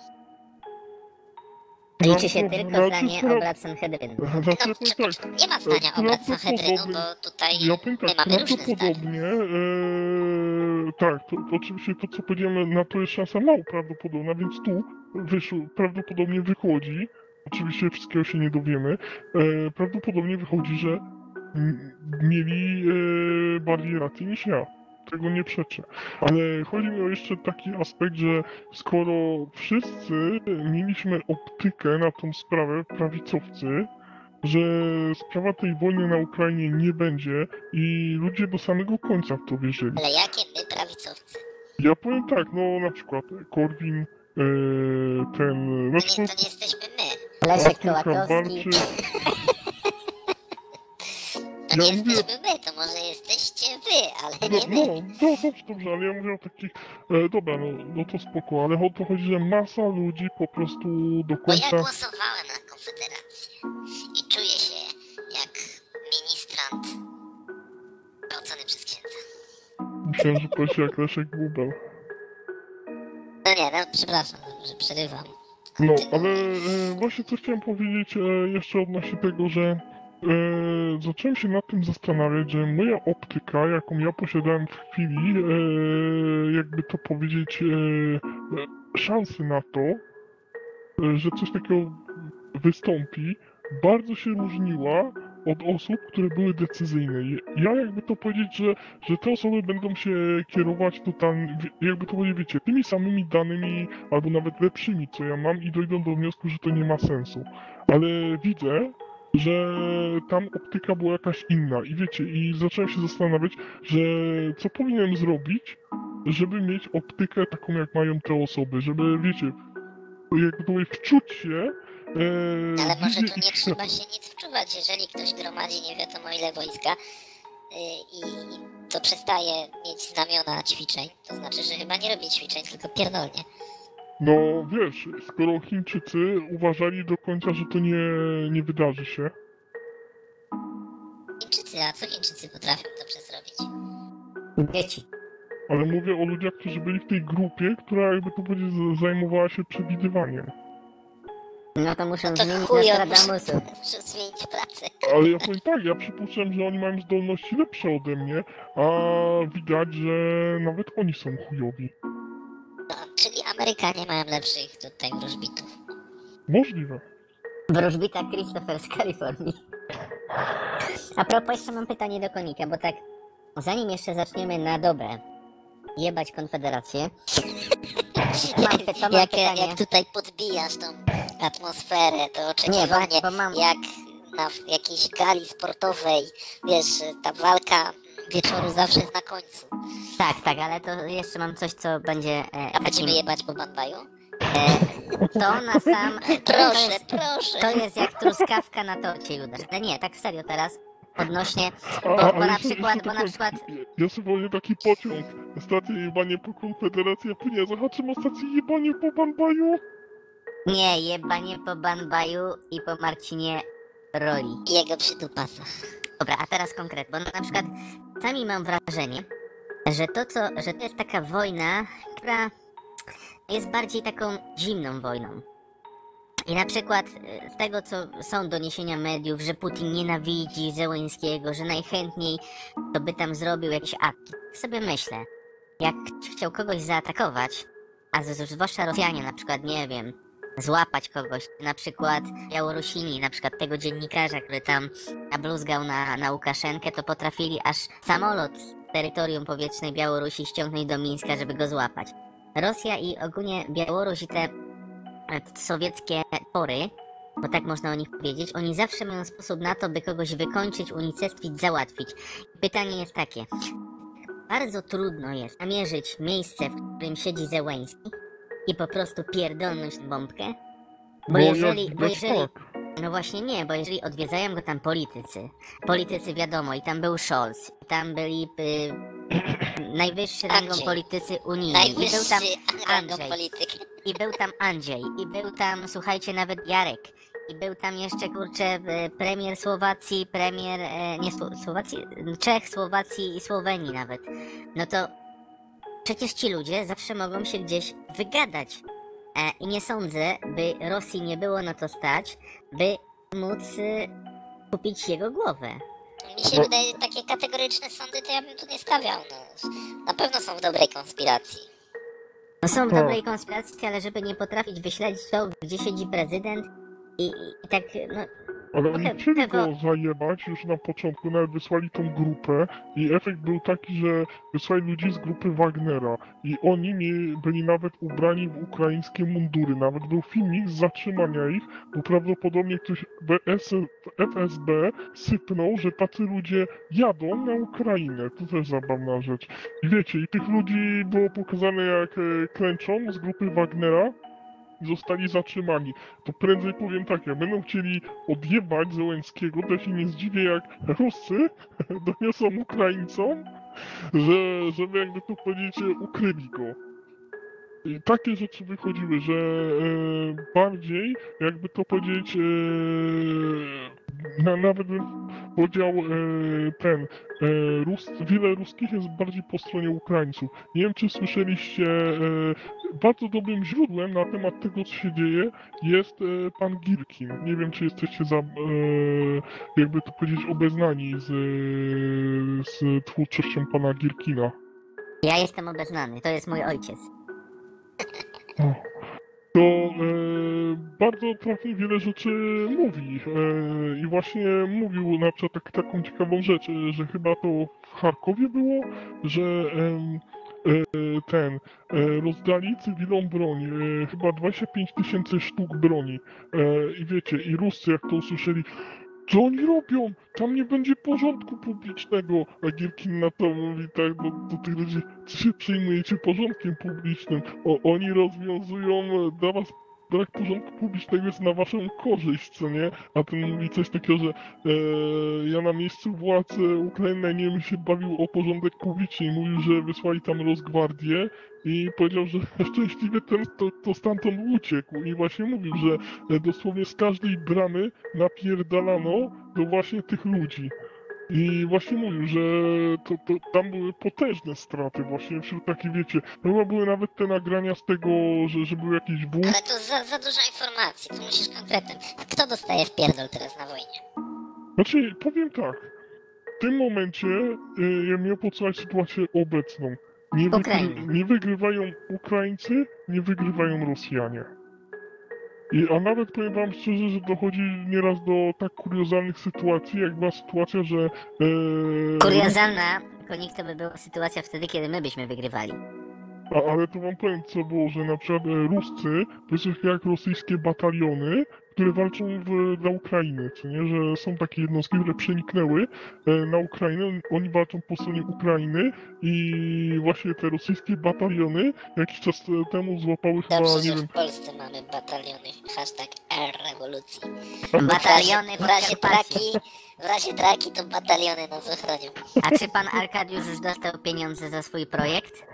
C: Liczy się
B: No,
C: tylko
B: znaczy,
C: zdanie
B: pra-
C: obrad Sanhedrynu.
B: Znaczy,
A: No,
B: powiem tak,
A: nie ma zdania obrad Sanhedrynu,
B: prawdopodobnie-
A: bo tutaj
B: ja powiem
A: my
B: tak,
A: mamy różne zdania.
B: prawdopodobnie, tak, to oczywiście to co powiedziemy, na to jest szansa mało prawdopodobna, więc tu prawdopodobnie wychodzi, oczywiście wszystkiego się nie dowiemy, prawdopodobnie wychodzi, że mieli bardziej rację niż ja. Tego nie przeczę. Ale chodzi mi o jeszcze taki aspekt, że skoro wszyscy mieliśmy optykę na tą sprawę, prawicowcy, że sprawa tej wojny na Ukrainie nie będzie i ludzie do samego końca w to wierzyli.
A: Ale jakie my prawicowcy?
B: Ja powiem tak, no na przykład Korwin, ten...
A: To
B: Znaczy,
A: nie jesteśmy my.
C: Leszek
B: Artur
C: Kołakowski.
B: Krambarczyk,
A: To nie
B: Ja mówię,
A: jesteśmy my, to może jesteście wy, ale
B: no,
A: nie my.
B: dobrze, ale ja mówię o takich, dobra, no to spoko, ale o to chodzi, że masa ludzi po prostu do
A: Bo ja
B: końca,
A: głosowałem na Konfederację i czuję się jak ministrant gwałcony przez księdza.
B: myślałem, że powiesz jak Leszek Bubel.
A: No nie, no przepraszam, że przerywam.
B: No, ale właśnie co chciałem powiedzieć jeszcze odnośnie tego, że zacząłem się nad tym zastanawiać, że moja optyka, jaką ja posiadałem w chwili, jakby to powiedzieć, szansy na to, że coś takiego wystąpi, bardzo się różniła od osób, które były decyzyjne. Ja jakby to powiedzieć, że te osoby będą się kierować tutaj, jakby to powiedzieć, wiecie, tymi samymi danymi, albo nawet lepszymi, co ja mam i dojdą do wniosku, że to nie ma sensu. Ale widzę, że tam optyka była jakaś inna i wiecie, i zacząłem się zastanawiać, że co powinienem zrobić, żeby mieć optykę taką, jak mają te osoby, żeby, wiecie, jakby to powiedzieć, wczuć się
A: Ale może
B: wizję
A: tu
B: ich
A: nie trzeba
B: świata.
A: się nic wczuwać, jeżeli ktoś gromadzi nie wiadomo ile wojska i to przestaje mieć znamiona ćwiczeń, to znaczy, że chyba nie robi ćwiczeń, tylko pierdolnie.
B: No wiesz, skoro Chińczycy uważali do końca, że to nie wydarzy się,
A: Chińczycy, a co Chińczycy potrafią dobrze zrobić?
C: Dzieci.
B: ale mówię o ludziach, którzy byli w tej grupie, która jakby to powiedzieć zajmowała się przewidywaniem.
C: No to muszą
A: No to
C: zmienić
A: chujo,
C: Nostradamusu.
A: muszę zmienić pracę.
B: Ale ja powiem tak, ja przypuszczam, że oni mają zdolności lepsze ode mnie, a widać, że nawet oni są chujowi.
A: No, czyli Amerykanie mają lepszych tutaj wróżbitów.
B: Możliwe.
C: Wróżbita Christopher z Kalifornii. A propos, jeszcze mam pytanie do Konika, bo tak, zanim jeszcze zaczniemy na dobre jebać Konfederację, mam pytanie.
A: Jak tutaj podbijasz tą atmosferę, to
C: Nie,
A: oczekiwanie,
C: bo mam...
A: jak na jakiejś gali sportowej, wiesz, ta walka wieczoru zawsze jest na końcu.
C: Tak, ale to jeszcze mam coś, co będzie
A: A będziemy
C: takim...
A: jebać po Banbaju?
C: To na sam...
A: Proszę,
C: To
A: proszę.
C: jest jak truskawka na torcie, Judasz. Ale nie, tak serio teraz, odnośnie... Bo
B: Ale
C: na
B: jeszcze
C: przykład,
B: tylko- Ja sobie powiem taki pociąg. Stację jebanie po Konfederacji, a później zahaczymy o stację jebanie po Banbaju.
C: Nie, jebanie po Banbaju i po Marcinie Roli.
A: I jego przydupasa.
C: Dobra, a teraz konkret, bo na przykład czasami mam wrażenie, że że to jest taka wojna, która jest bardziej taką zimną wojną. I na przykład z tego, co są doniesienia mediów, że Putin nienawidzi Zełenskiego, że najchętniej to by tam zrobił jakieś ataki. Tak sobie myślę, jak chciał kogoś zaatakować, a zwłaszcza Rosjanie na przykład, nie wiem, złapać kogoś, na przykład Białorusini, na przykład tego dziennikarza, który tam nabluzgał na Łukaszenkę, to potrafili aż samolot z terytorium powietrznej Białorusi ściągnąć do Mińska, żeby go złapać. Rosja i ogólnie Białoruś i te sowieckie tory, bo tak można o nich powiedzieć, oni zawsze mają sposób na to, by kogoś wykończyć, unicestwić, załatwić. Pytanie jest takie. Bardzo trudno jest namierzyć miejsce, w którym siedzi Zełenski i po prostu pierdolnąć bombkę, bo jeżeli,
B: tak.
C: no właśnie nie, bo jeżeli odwiedzają go tam politycy wiadomo, i tam był Scholz, i tam byli najwyższy rangą
A: Andrzej.
C: politycy unijni, i był tam
A: Najwyższy rangą
C: Andrzej.
A: polityk.
C: I był tam Andrzej, i był tam, słuchajcie, nawet Jarek, i był tam jeszcze, kurczę, premier Słowacji, Słowacji, Czech, Słowacji i Słowenii nawet. No to przecież ci ludzie zawsze mogą się gdzieś wygadać. I nie sądzę, by Rosji nie było na to stać, by móc kupić jego głowę.
A: Mi się wydaje, takie kategoryczne sądy to ja bym tu nie stawiał. No. Na pewno są w dobrej konspiracji.
C: No są w
B: Tak.
C: dobrej konspiracji, ale żeby nie potrafić wyśledzić to, gdzie siedzi prezydent i tak, no...
B: Ale oni
C: Trochę-
B: chcieli go
C: trochę-
B: zajebać już na początku, nawet wysłali tą grupę i efekt był taki, że wysłali ludzi z grupy Wagnera i oni byli nawet ubrani w ukraińskie mundury. Nawet był filmik z zatrzymania ich, bo prawdopodobnie ktoś FSB sypnął, że tacy ludzie jadą na Ukrainę. To też zabawna rzecz. I wiecie, i tych ludzi było pokazane jak klęczą z grupy Wagnera. i zostali zatrzymani. To prędzej powiem tak, jak będą chcieli odjebać Zełenskiego, to się nie zdziwię, jak Ruscy doniosą Ukraińcom, żeby jakby to powiedzieć, ukryli go. I takie rzeczy wychodziły, że bardziej, jakby to powiedzieć, nawet bym powiedział, wiele ruskich jest bardziej po stronie Ukraińców. Nie wiem, czy słyszeliście, bardzo dobrym źródłem na temat tego, co się dzieje, jest pan Girkin. Nie wiem, czy jesteście jakby to powiedzieć, obeznani z twórczością pana Girkina.
C: Ja jestem obeznany, to jest mój ojciec.
B: To bardzo trafnie wiele rzeczy mówi. I właśnie mówił na przykład taką ciekawą rzecz, że chyba to w Charkowie było, że rozdali cywilom broń, chyba 25 000 sztuk broni. I wiecie, i Ruscy jak to usłyszeli, co oni robią? Tam nie będzie porządku publicznego. A Gierkin na to mówi tak do tych ludzi, co się przejmujecie porządkiem publicznym? Oni rozwiązują dla was brak porządku publicznego jest na waszą korzyść, co nie? A ten mówi coś takiego, że ja na miejscu władz Ukrainy nie bym się bawił o porządek publiczny i mówił, że wysłali tam Rosgwardię i powiedział, że szczęśliwie ten to stamtąd uciekł i właśnie mówił, że dosłownie z każdej bramy napierdalano do właśnie tych ludzi. I właśnie mówił, że tam były potężne straty właśnie wśród takich, wiecie, chyba były nawet te nagrania z tego, że był jakiś wóz.
A: Ale to za dużo informacji, tu musisz konkretnym. Kto dostaje wpierdol teraz na wojnie?
B: Znaczy, powiem tak, w tym momencie ja miał podsumować sytuację obecną.
C: Ukraina.
B: Nie wygrywają Ukraińcy, nie wygrywają Rosjanie. A nawet powiem wam szczerze, że dochodzi nieraz do tak kuriozalnych sytuacji, jak była sytuacja, że...
C: Kuriozalna, Konik, to by była sytuacja wtedy, kiedy my byśmy wygrywali.
B: Ale to wam powiem, co było, że na przykład Ruscy, to jest jak rosyjskie bataliony, które walczą dla Ukrainy, co nie, że są takie jednostki, które przeniknęły na Ukrainę, oni walczą po stronie Ukrainy i właśnie te rosyjskie bataliony jakiś czas temu złapały chyba,
A: Dobrze,
B: nie
A: że
B: wiem...
A: w Polsce mamy bataliony. Hashtag R-rewolucji.
C: Bataliony
A: W razie
C: Podkarpacie.
A: w razie traki to bataliony nas ochronią.
C: A czy pan Arkadiusz już dostał pieniądze za swój projekt?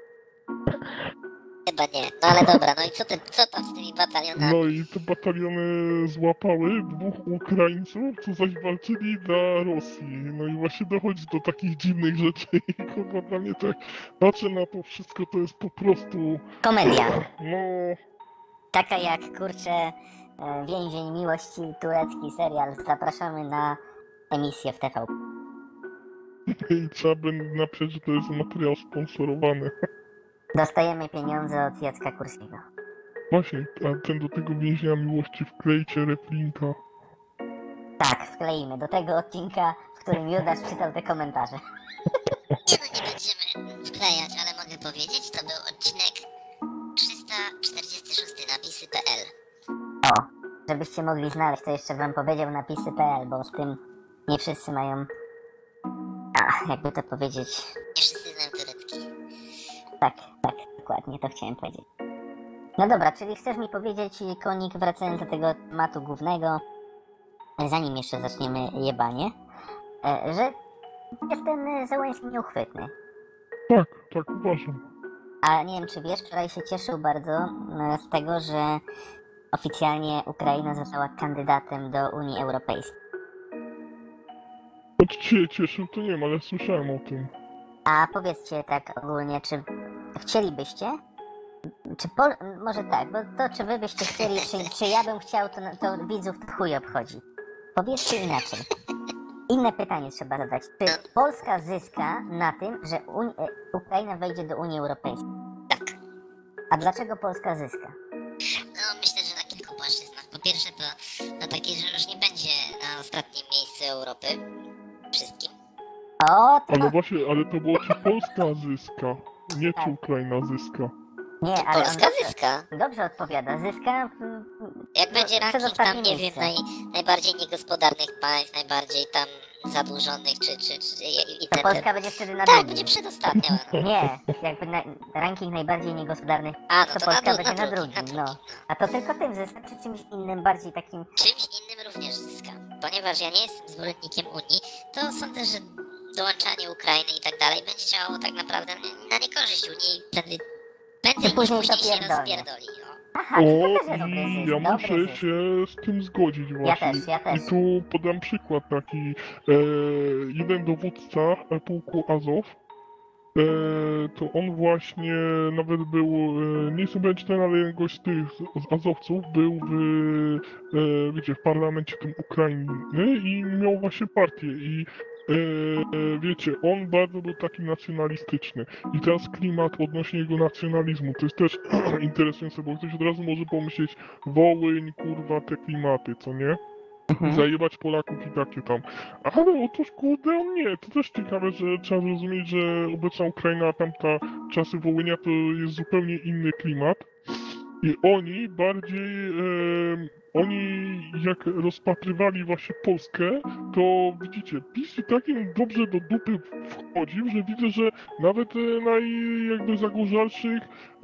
A: Chyba nie. No ale dobra, no i co tam z tymi batalionami?
B: No i te bataliony złapały dwóch Ukraińców, co zaś walczyli dla Rosji. No i właśnie dochodzi do takich dziwnych rzeczy i kurwa dla mnie tak patrzę na to wszystko, to jest po prostu,
C: Komedia.
B: no...
C: Taka jak, kurczę, Więzień Miłości, turecki serial. Zapraszamy na emisję w TV.
B: I trzeba będzie napisać, że to jest materiał sponsorowany.
C: Dostajemy pieniądze od Jacka Kurskiego.
B: Właśnie, a ten do tego więzienia miłości wklejcie replinka.
C: Tak, wkleimy do tego odcinka, w którym Judasz czytał te komentarze.
A: Nie no, nie będziemy wklejać, ale mogę powiedzieć, to był odcinek 346 napisy.pl.
C: O, żebyście mogli znaleźć, to jeszcze wam powiedział napisy.pl, bo w tym nie wszyscy mają... jakby to powiedzieć...
A: Nie wszyscy znają turecki.
C: Tak, dokładnie, to chciałem powiedzieć. No dobra, czyli chcesz mi powiedzieć, Konik, wracając do tego tematu głównego, zanim jeszcze zaczniemy jebanie, że jest ten Zełenski nieuchwytny.
B: Tak uważam.
C: A nie wiem, czy wiesz, wczoraj się cieszył bardzo z tego, że oficjalnie Ukraina została kandydatem do Unii Europejskiej.
B: Od cię cieszył, to nie wiem, ale słyszałem o tym.
C: A powiedzcie tak ogólnie, czy chcielibyście? Może tak, bo to czy wy byście chcieli, czy ja bym chciał, to widzów to chuj obchodzi. Powiedzcie inaczej. Inne pytanie trzeba zadać. Czy Polska zyska na tym, że Ukraina wejdzie do Unii Europejskiej?
A: Tak.
C: A dlaczego Polska zyska?
A: No myślę, że na kilku płaszczyznach. Po pierwsze to takie, że już nie będzie na ostatnim miejscu Europy. Wszystkim.
C: O,
B: Ale
C: to...
B: właśnie, ale to było czy Polska zyska, nie czy Ukraina zyska.
C: Nie, ale on
A: Polska zyska.
C: dobrze odpowiada. Zyska
A: Jak będzie ranking tam,
C: przedostatnie
A: nie wiem,
C: miejsce.
A: najbardziej niegospodarnych państw, najbardziej tam zadłużonych, czy i
C: To
A: ten.
C: Polska będzie wtedy na
A: Tak,
C: drugim.
A: będzie przedostatnia. No.
C: Nie, jakby ranking najbardziej niegospodarnych,
A: A, no
C: to
A: to
C: Polska
A: na
C: będzie na
A: drugim,
C: drugim, no. A to tylko tym zyska, czy czymś innym, bardziej takim...
A: Czymś innym również zyska. Ponieważ ja nie jestem zwolennikiem Unii, to sądzę, że dołączanie Ukrainy i tak dalej będzie działało tak naprawdę na niekorzyść Unii prędzej niż
C: później
A: później
C: to
A: się
C: pierdolnie.
A: rozpierdoli. O.
C: Aha, czy to
B: O,
C: też jest dobry
B: i
C: zysk,
B: ja
C: dobry
B: muszę
C: zysk.
B: się z tym zgodzić właśnie.
C: Ja też.
B: I tu podam przykład taki. Jeden dowódca pułku Azow, to on właśnie nawet był, nie jestem pewien czy ten, ale gość z tych z Azowców był wiecie, w parlamencie tym Ukrainy i miał właśnie partię i wiecie, on bardzo był taki nacjonalistyczny i teraz klimat odnośnie jego nacjonalizmu, to jest też interesujące, bo ktoś od razu może pomyśleć Wołyń, kurwa, te klimaty, co nie? Zajebać Polaków i takie tam. Ale otóż kurde on nie. To też ciekawe, że trzeba zrozumieć, że obecna Ukraina, tamta czasy Wołynia to jest zupełnie inny klimat. I oni bardziej, oni jak rozpatrywali właśnie Polskę, to widzicie, PiS i tak im dobrze do dupy wchodził, że widzę, że nawet jakby zagorzalszych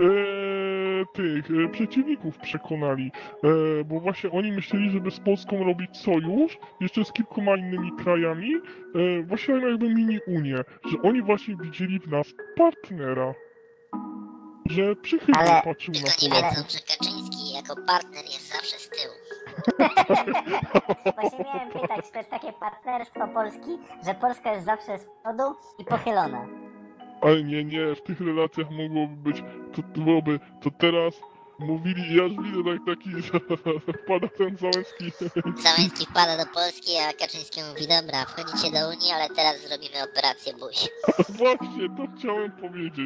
B: przeciwników przekonali, bo właśnie oni myśleli, żeby z Polską robić sojusz, jeszcze z kilkoma innymi krajami, właśnie jakby mini-unię, że oni właśnie widzieli w nas partnera. Że przychylnie
C: Ale-
B: patrzył na
A: Tylko nie
B: Polaków.
A: wiedzą, że Kaczyński jako partner jest zawsze z tyłu.
C: Właśnie miałem pytać, czy to jest takie partnerstwo Polski, że Polska jest zawsze z przodu i pochylona.
B: Ale nie, w tych relacjach mogłoby być, to byłoby, to teraz mówili, ja już widzę taki, że wpada ten Załęcki.
A: Załęcki wpada do Polski, a Kaczyński mówi, dobra, wchodzicie do Unii, ale teraz zrobimy operację Buś.
B: Właśnie, to chciałem powiedzieć.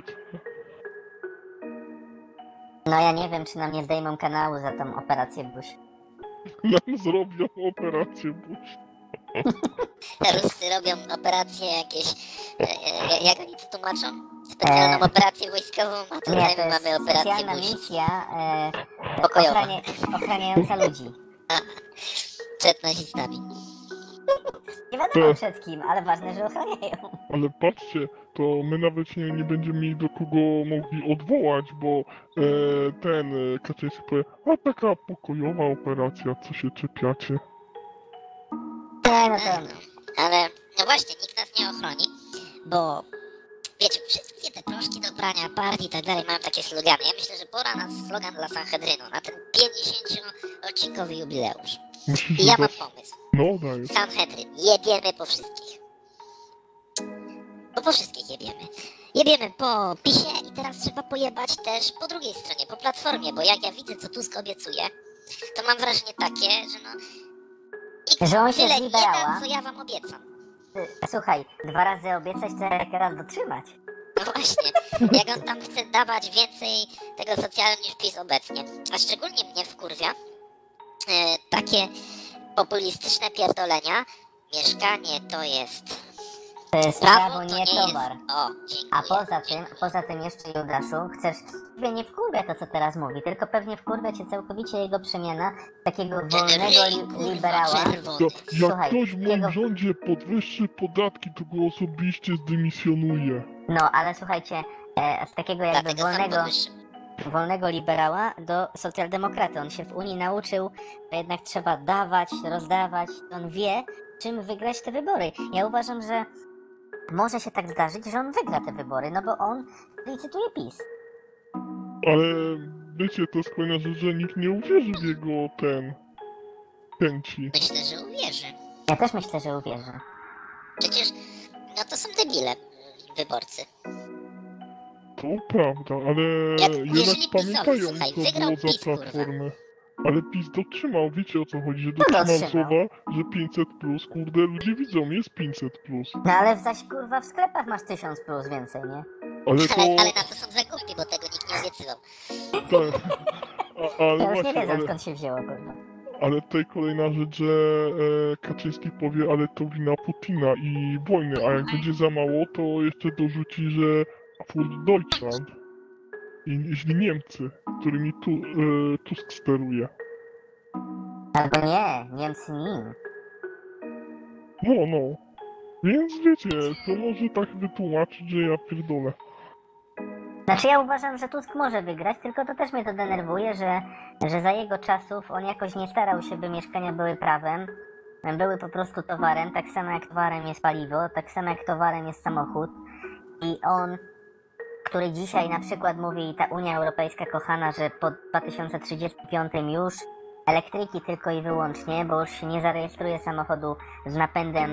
C: No ja nie wiem, czy nam nie zdejmą kanału za tą operację Bush.
B: Nam zrobią operację Bush.
A: Ruscy robią operacje jakieś, jak oni to tłumaczą? Specjalną operację wojskową, a
C: Nie,
A: tutaj
C: to
A: my
C: jest
A: mamy operację
C: specjalna
A: Buś.
C: misja
A: Pokojowa.
C: ochraniająca ludzi.
A: Przed nazistami.
C: Nie wiadomo przed kim, ale ważne, że ochraniają.
B: Ale patrzcie, to my nawet nie będziemy mieli do kogo mogli odwołać, bo Kaczyński powie, a taka pokojowa operacja, co się czepiacie?
C: Nie, no
A: Tak,
C: to...
A: no. Ale no właśnie, nikt nas nie ochroni, bo wiecie, wszystkie te proszki do prania, partii i tak dalej mają takie slogany. Ja myślę, że pora na slogan dla Sanhedrynu, na ten 50-odcinkowy jubileusz.
B: Myślisz,
A: I
B: że
A: ja
B: to...
A: mam pomysł.
B: No, daj.
A: Sanhedryn, jebiemy po wszystkich. Bo po wszystkich jebiemy. Jebiemy po PiSie i teraz trzeba pojebać też po drugiej stronie, po Platformie, bo jak ja widzę, co Tusk obiecuje, to mam wrażenie takie, że no... Nikt
C: Że on się
A: tyle nie
C: zliberała.
A: da, co ja wam obiecam.
C: Słuchaj, 2 razy obiecać, to jak raz dotrzymać.
A: No właśnie, jak on tam chce dawać więcej tego socjalu niż PiS obecnie. A szczególnie mnie wkurwia takie populistyczne pierdolenia. Mieszkanie to jest
C: To jest
A: prawo,
C: prawo,
A: to
C: nie
A: nie
C: towar.
A: jest... O, dziękuję.
C: A poza tym jeszcze Judaszu, ciebie nie wkurwia to, co teraz mówi, tylko pewnie wkurwia cię całkowicie jego przemiana z takiego wolnego liberała.
A: Czerwony.
B: To, jak
C: Słuchaj,
B: ktoś w moim
C: jego-
B: rządzie podwyższy podatki, to go osobiście zdymisjonuję.
C: No, ale słuchajcie, z takiego jakby
A: Dlatego sam
C: wolnego liberała do socjaldemokraty. On się w Unii nauczył, że jednak trzeba dawać, rozdawać. On wie, czym wygrać te wybory. Ja uważam, że może się tak zdarzyć, że on wygra te wybory, no bo on licytuje PiS.
B: Ale wiecie, to jest kolejna rzecz, że nikt nie uwierzy w jego chęci.
A: Myślę, że uwierzy.
C: Ja też myślę, że uwierzy.
A: Przecież, no to są debile wyborcy.
B: To prawda, ale
A: Jak
B: jednak
A: uwierzyli PiS-owi,
B: pamiętają,
A: słuchaj,
B: co
A: wygrał
B: było za
A: PiS, kurwa.
B: Platformę. Ale PiS dotrzymał, wiecie o co chodzi, że dotrzymał
C: dotrzymał?
B: słowa, że 500 plus, kurde, ludzie widzą, jest 500 plus.
C: No ale zaś kurwa w sklepach masz 1000 plus więcej, nie?
B: Ale to,
A: Ale na to są zakupy, bo tego nikt nie obiecywał.
B: tak, ale
C: Ja już nie
B: właśnie,
C: wiedzą
B: ale,
C: skąd się wzięło, kurwa.
B: ale tutaj kolejna rzecz, że Kaczyński powie, ale to wina Putina i wojny, a jak będzie za mało, to jeszcze dorzuci, że für Deutschland. źli Niemcy, którymi Tusk steruje.
C: Albo nie, Niemcy nim.
B: No. Więc wiecie, to może tak wytłumaczyć, że ja pierdolę.
C: Znaczy ja uważam, że Tusk może wygrać, tylko to też mnie to denerwuje, że za jego czasów on jakoś nie starał się, by mieszkania były prawem, były po prostu towarem, tak samo jak towarem jest paliwo, tak samo jak towarem jest samochód. I on, który dzisiaj na przykład mówi ta Unia Europejska kochana, że po 2035 już elektryki tylko i wyłącznie, bo już się nie zarejestruje samochodu z napędem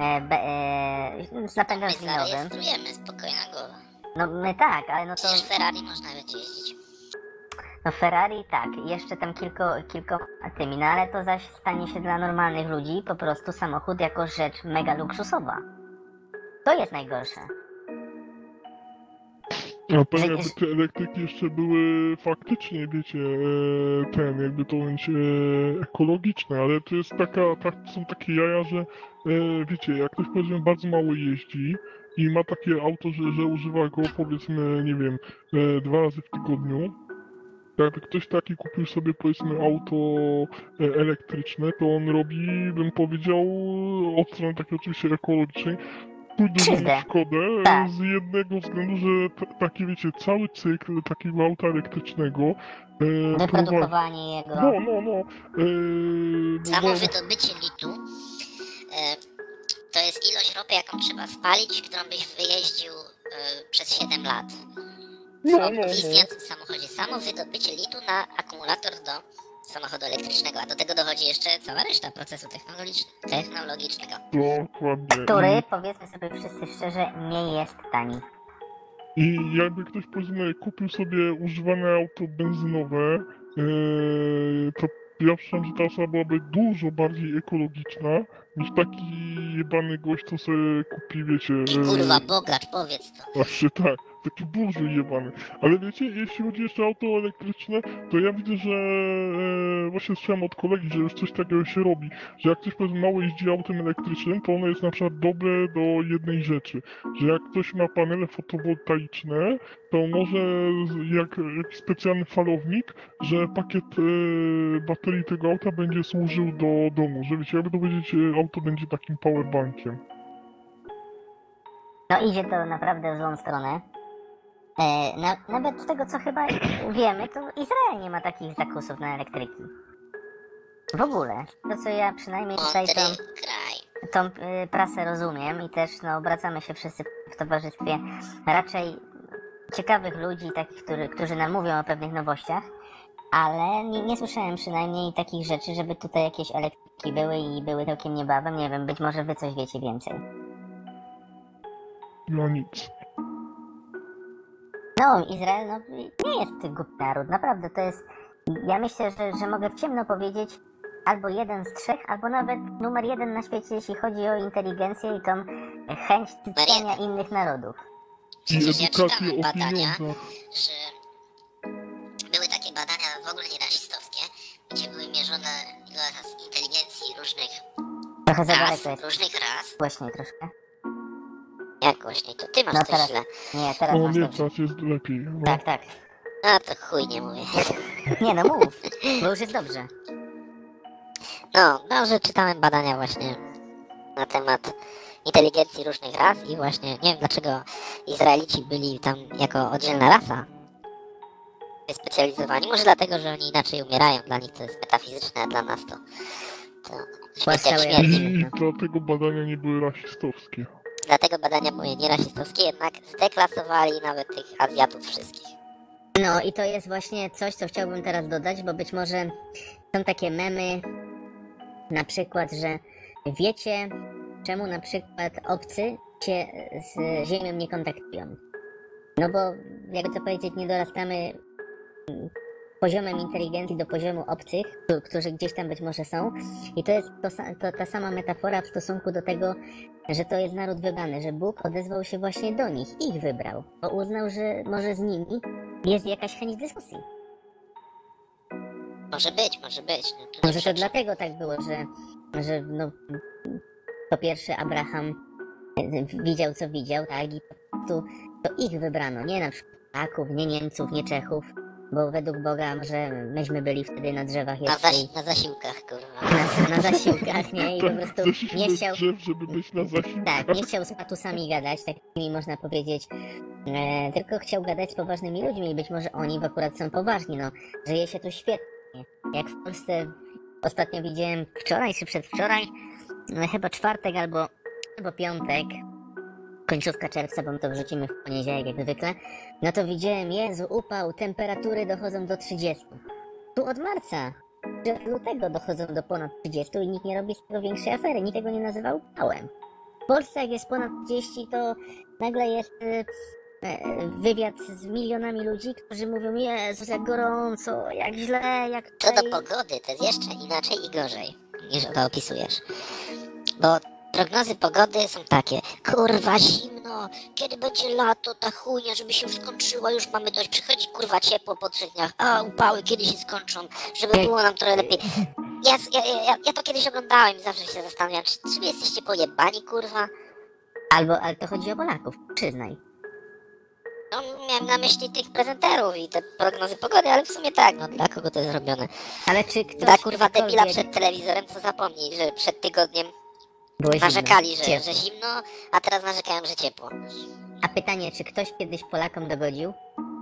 A: My
C: splinowym.
A: zarejestrujemy, spokojna głowa.
C: No my tak, ale no to...
A: Przecież Ferrari można będzie jeździć.
C: No Ferrari tak, jeszcze tam kilkoma tymi, no ale to zaś stanie się dla normalnych ludzi po prostu samochód jako rzecz mega luksusowa. To jest najgorsze.
B: A to
C: Że-
B: jakby te elektryki jeszcze były faktycznie, wiecie, jakby to powiedzieć, ekologiczne, ale to jest są takie jaja, że wiecie, jak ktoś powiedzmy bardzo mało jeździ i ma takie auto, że używa go powiedzmy, nie wiem, 2 razy w tygodniu, jakby ktoś taki kupił sobie powiedzmy auto elektryczne, to on robi, bym powiedział, od strony takiej oczywiście ekologicznej, pójdę
C: Krzywdę.
B: szkodę
C: Tak.
B: z jednego względu, że taki wiecie, cały cykl takiego auta elektrycznego
C: Wyprodukowanie jego...
B: no,
A: Samo
B: bo-
A: wydobycie litu to jest ilość ropy, jaką trzeba spalić, którą byś wyjeździł przez 7 lat.
B: no,
A: W istniejącym samochodzie. Samo wydobycie litu na akumulator do samochodu elektrycznego, a do tego dochodzi jeszcze cała reszta procesu technologicznego.
B: dokładnie.
C: Który, powiedzmy sobie wszyscy szczerze, nie jest tani.
B: I jakby ktoś powiedzmy kupił sobie używane auto benzynowe, to ja przyznam, że ta osoba byłaby dużo bardziej ekologiczna niż taki jebany gość, co sobie kupi, wiecie...
A: Ty kurwa bogacz, powiedz to.
B: Właśnie tak, taki burżuj jebany. Ale wiecie, jeśli chodzi jeszcze o auto elektryczne, to ja widzę, że właśnie słyszałem od kolegi, że już coś takiego się robi, że jak ktoś powiedzmy mało jeździ autem elektrycznym, to ono jest na przykład dobre do jednej rzeczy, że jak ktoś ma panele fotowoltaiczne, to może jak jakiś specjalny falownik, że pakiet baterii tego auta będzie służył do domu, że wiecie, jakby to powiedzieć, auto będzie takim powerbankiem.
C: No idzie to naprawdę w złą stronę. Nawet z tego co chyba wiemy, to Izrael nie ma takich zakusów na elektryki. W ogóle. To co ja przynajmniej tutaj
A: Mądry kraj.
C: tą prasę rozumiem i też no, obracamy się wszyscy w towarzystwie raczej ciekawych ludzi, takich, którzy nam mówią o pewnych nowościach, ale nie słyszałem przynajmniej takich rzeczy, żeby tutaj jakieś elektryki były i były całkiem niebawem. Nie wiem, być może wy coś wiecie więcej.
B: Ja nic.
C: No, Izrael no, nie jest głupi naród, naprawdę to jest... Ja myślę, że mogę w ciemno powiedzieć albo jeden z trzech, albo nawet numer jeden na świecie, jeśli chodzi o inteligencję i tą chęć cyckania innych narodów.
B: I
A: Przecież ja
B: edukację
A: czytałem
B: o
A: badania,
B: pieniądzach.
A: że były takie badania w ogóle nierasistowskie, gdzie były mierzone ilość inteligencji różnych
C: Trochę za
A: ras,
C: daleko jest.
A: różnych ras.
C: Głośniej troszkę.
A: Jak głośniej, to ty masz
C: No
A: coś
C: teraz-
A: źle.
C: Nie, teraz
B: O
C: masz
B: nie,
C: dobrze.
B: teraz jest lepiej. No.
C: Tak, tak.
A: No to chuj nie mówię.
C: Nie no, mów, bo już jest dobrze.
A: No, że czytałem badania właśnie na temat inteligencji różnych ras i właśnie nie wiem dlaczego Izraelici byli tam jako oddzielna rasa wyspecjalizowani. Może dlatego, że oni inaczej umierają. Dla nich to jest metafizyczne, a dla nas to śmierć jak
C: Płaskały
A: śmierć.
B: I dlatego badania nie były rasistowskie.
A: Dlatego badania były nierasistowskie, jednak zdeklasowali nawet tych Azjatów wszystkich.
C: No i to jest właśnie coś, co chciałbym teraz dodać, bo być może są takie memy, na przykład, że wiecie, czemu na przykład obcy się z Ziemią nie kontaktują. No bo, jakby to powiedzieć, nie dorastamy poziomem inteligencji do poziomu obcych, którzy gdzieś tam być może są. I to jest ta sama metafora w stosunku do tego, że to jest naród wybrany, że Bóg odezwał się właśnie do nich, ich wybrał, bo uznał, że może z nimi jest jakaś chęć dyskusji.
A: Może być, może być. No, tu nie
C: Może to
A: przeczę.
C: dlatego tak było, że no, po pierwsze Abraham widział co widział, tak, i po prostu to ich wybrano, nie na przykład Polaków, nie Niemców, nie Czechów, bo według Boga, że myśmy byli wtedy na drzewach
A: Na,
C: jeszcze i
A: na zasiłkach, kurwa.
C: na zasiłkach, nie? I po prostu
B: Zeszliśmy
C: nie
B: z
C: chciał,
B: drzew, żeby być na zasiłkach.
C: tak, nie chciał z patusami gadać, takimi można powiedzieć, tylko chciał gadać z poważnymi ludźmi i być może oni akurat są poważni, no, żyje się tu świetnie. Jak w Polsce ostatnio widziałem wczoraj czy przedwczoraj, chyba czwartek albo piątek, końcówka czerwca, bo my to wrzucimy w poniedziałek jak zwykle, no to widziałem, Jezu, upał, temperatury dochodzą do 30. Tu od marca, że od lutego dochodzą do ponad 30 i nikt nie robi z tego większej afery, nikt tego nie nazywa upałem. W Polsce jak jest ponad 30, to nagle jest wywiad z milionami ludzi, którzy mówią, Jezus, jak gorąco, jak źle, jak
A: Co do
C: tutaj.
A: pogody, to jest jeszcze inaczej i gorzej, niż to opisujesz. Bo prognozy pogody są takie, kurwa zimno, kiedy będzie lato, ta chujnia, żeby się już skończyła, już mamy dość, przychodzi kurwa ciepło po 3 dniach, a upały kiedy się skończą, żeby było nam trochę lepiej. Ja to kiedyś oglądałem i zawsze się zastanawiam, czy wy jesteście pojebani, kurwa?
C: Ale to chodzi o Polaków, przyznaj.
A: No, miałem na myśli tych prezenterów i te prognozy pogody, ale w sumie tak, no dla kogo to jest robione?
C: Ale czy ktoś
A: Dla kurwa debila
C: kiedykolwiek-
A: przed telewizorem, co zapomni, że przed tygodniem
C: Było zimno,
A: narzekali, że
C: ciepło.
A: zimno, a teraz narzekają, że ciepło.
C: A pytanie, czy ktoś kiedyś Polakom dogodził?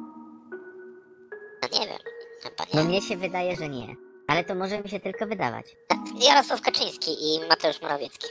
A: No nie wiem, chyba
C: No
A: nie.
C: mnie się wydaje, że nie. Ale to może mi się tylko wydawać.
A: Jarosław Kaczyński i Mateusz Morawiecki.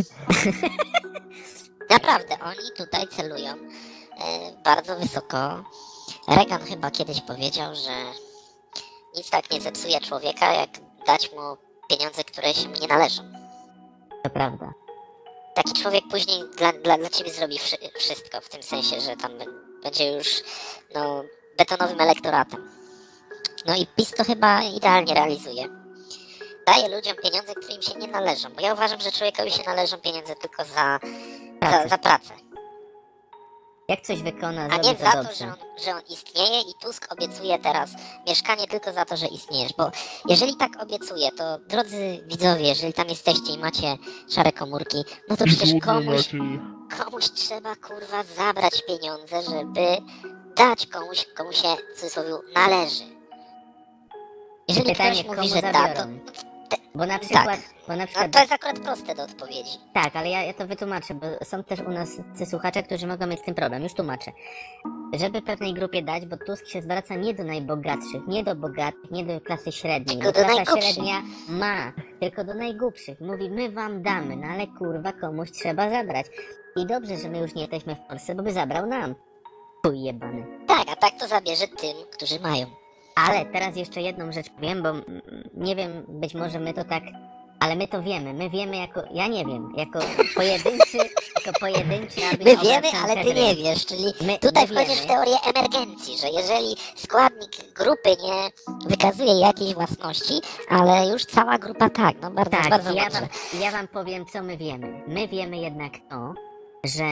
A: Naprawdę, oni tutaj celują bardzo wysoko. Reagan chyba kiedyś powiedział, że nic tak nie zepsuje człowieka, jak dać mu pieniądze, które się mu nie należą.
C: To prawda.
A: Taki człowiek później dla ciebie zrobi wszystko, w tym sensie, że tam będzie już no, betonowym elektoratem. No i PiS to chyba idealnie realizuje. Daje ludziom pieniądze, które im się nie należą, bo ja uważam, że człowiekowi się należą pieniądze tylko za pracę,
C: Jak coś wykona,
A: a
C: zrobi
A: nie
C: to
A: za to,
C: dobrze.
A: że on istnieje i Tusk obiecuje teraz mieszkanie tylko za to, że istniejesz, bo jeżeli tak obiecuje, to drodzy widzowie, jeżeli tam jesteście i macie szare komórki, no to
B: I
A: przecież
B: złudną
A: komuś
B: nadzieję.
A: trzeba kurwa zabrać pieniądze, żeby dać komu się w cudzysłowie należy. Jeżeli
C: Pytanie,
A: ktoś
C: komu
A: mówi, że da, to
C: zabiorą? Bo na przykład,
A: no, to jest akurat proste do odpowiedzi.
C: tak, ale ja to wytłumaczę, bo są też u nas słuchacze, którzy mogą mieć z tym problem. Już tłumaczę. Żeby pewnej grupie dać, bo Tusk się zwraca nie do najbogatszych, nie do bogatych, nie do klasy średniej.
A: Tylko
C: Bo
A: do
C: klasa
A: najgłupszych.
C: średnia ma, tylko do najgłupszych. Mówi, my wam damy, no ale kurwa komuś trzeba zabrać. I dobrze, że my już nie jesteśmy w Polsce, bo by zabrał nam. Chuj jebany.
A: Tak, a tak to zabierze tym, którzy mają.
C: Ale teraz jeszcze jedną rzecz powiem, bo nie wiem, być może my to tak, ale my to wiemy. My wiemy jako, ja nie wiem, jako pojedynczy Albin
A: My
C: Obraz
A: wiemy, ale ty
C: Sanfedrin.
A: nie wiesz, czyli
C: My
A: tutaj
C: wiemy.
A: wchodzisz w teorię emergencji, że jeżeli składnik grupy nie wykazuje jakiejś własności, ale już cała grupa tak, no bardzo,
C: Tak,
A: bardzo
C: ja
A: mocno.
C: ja wam powiem, co my wiemy. My wiemy jednak to, że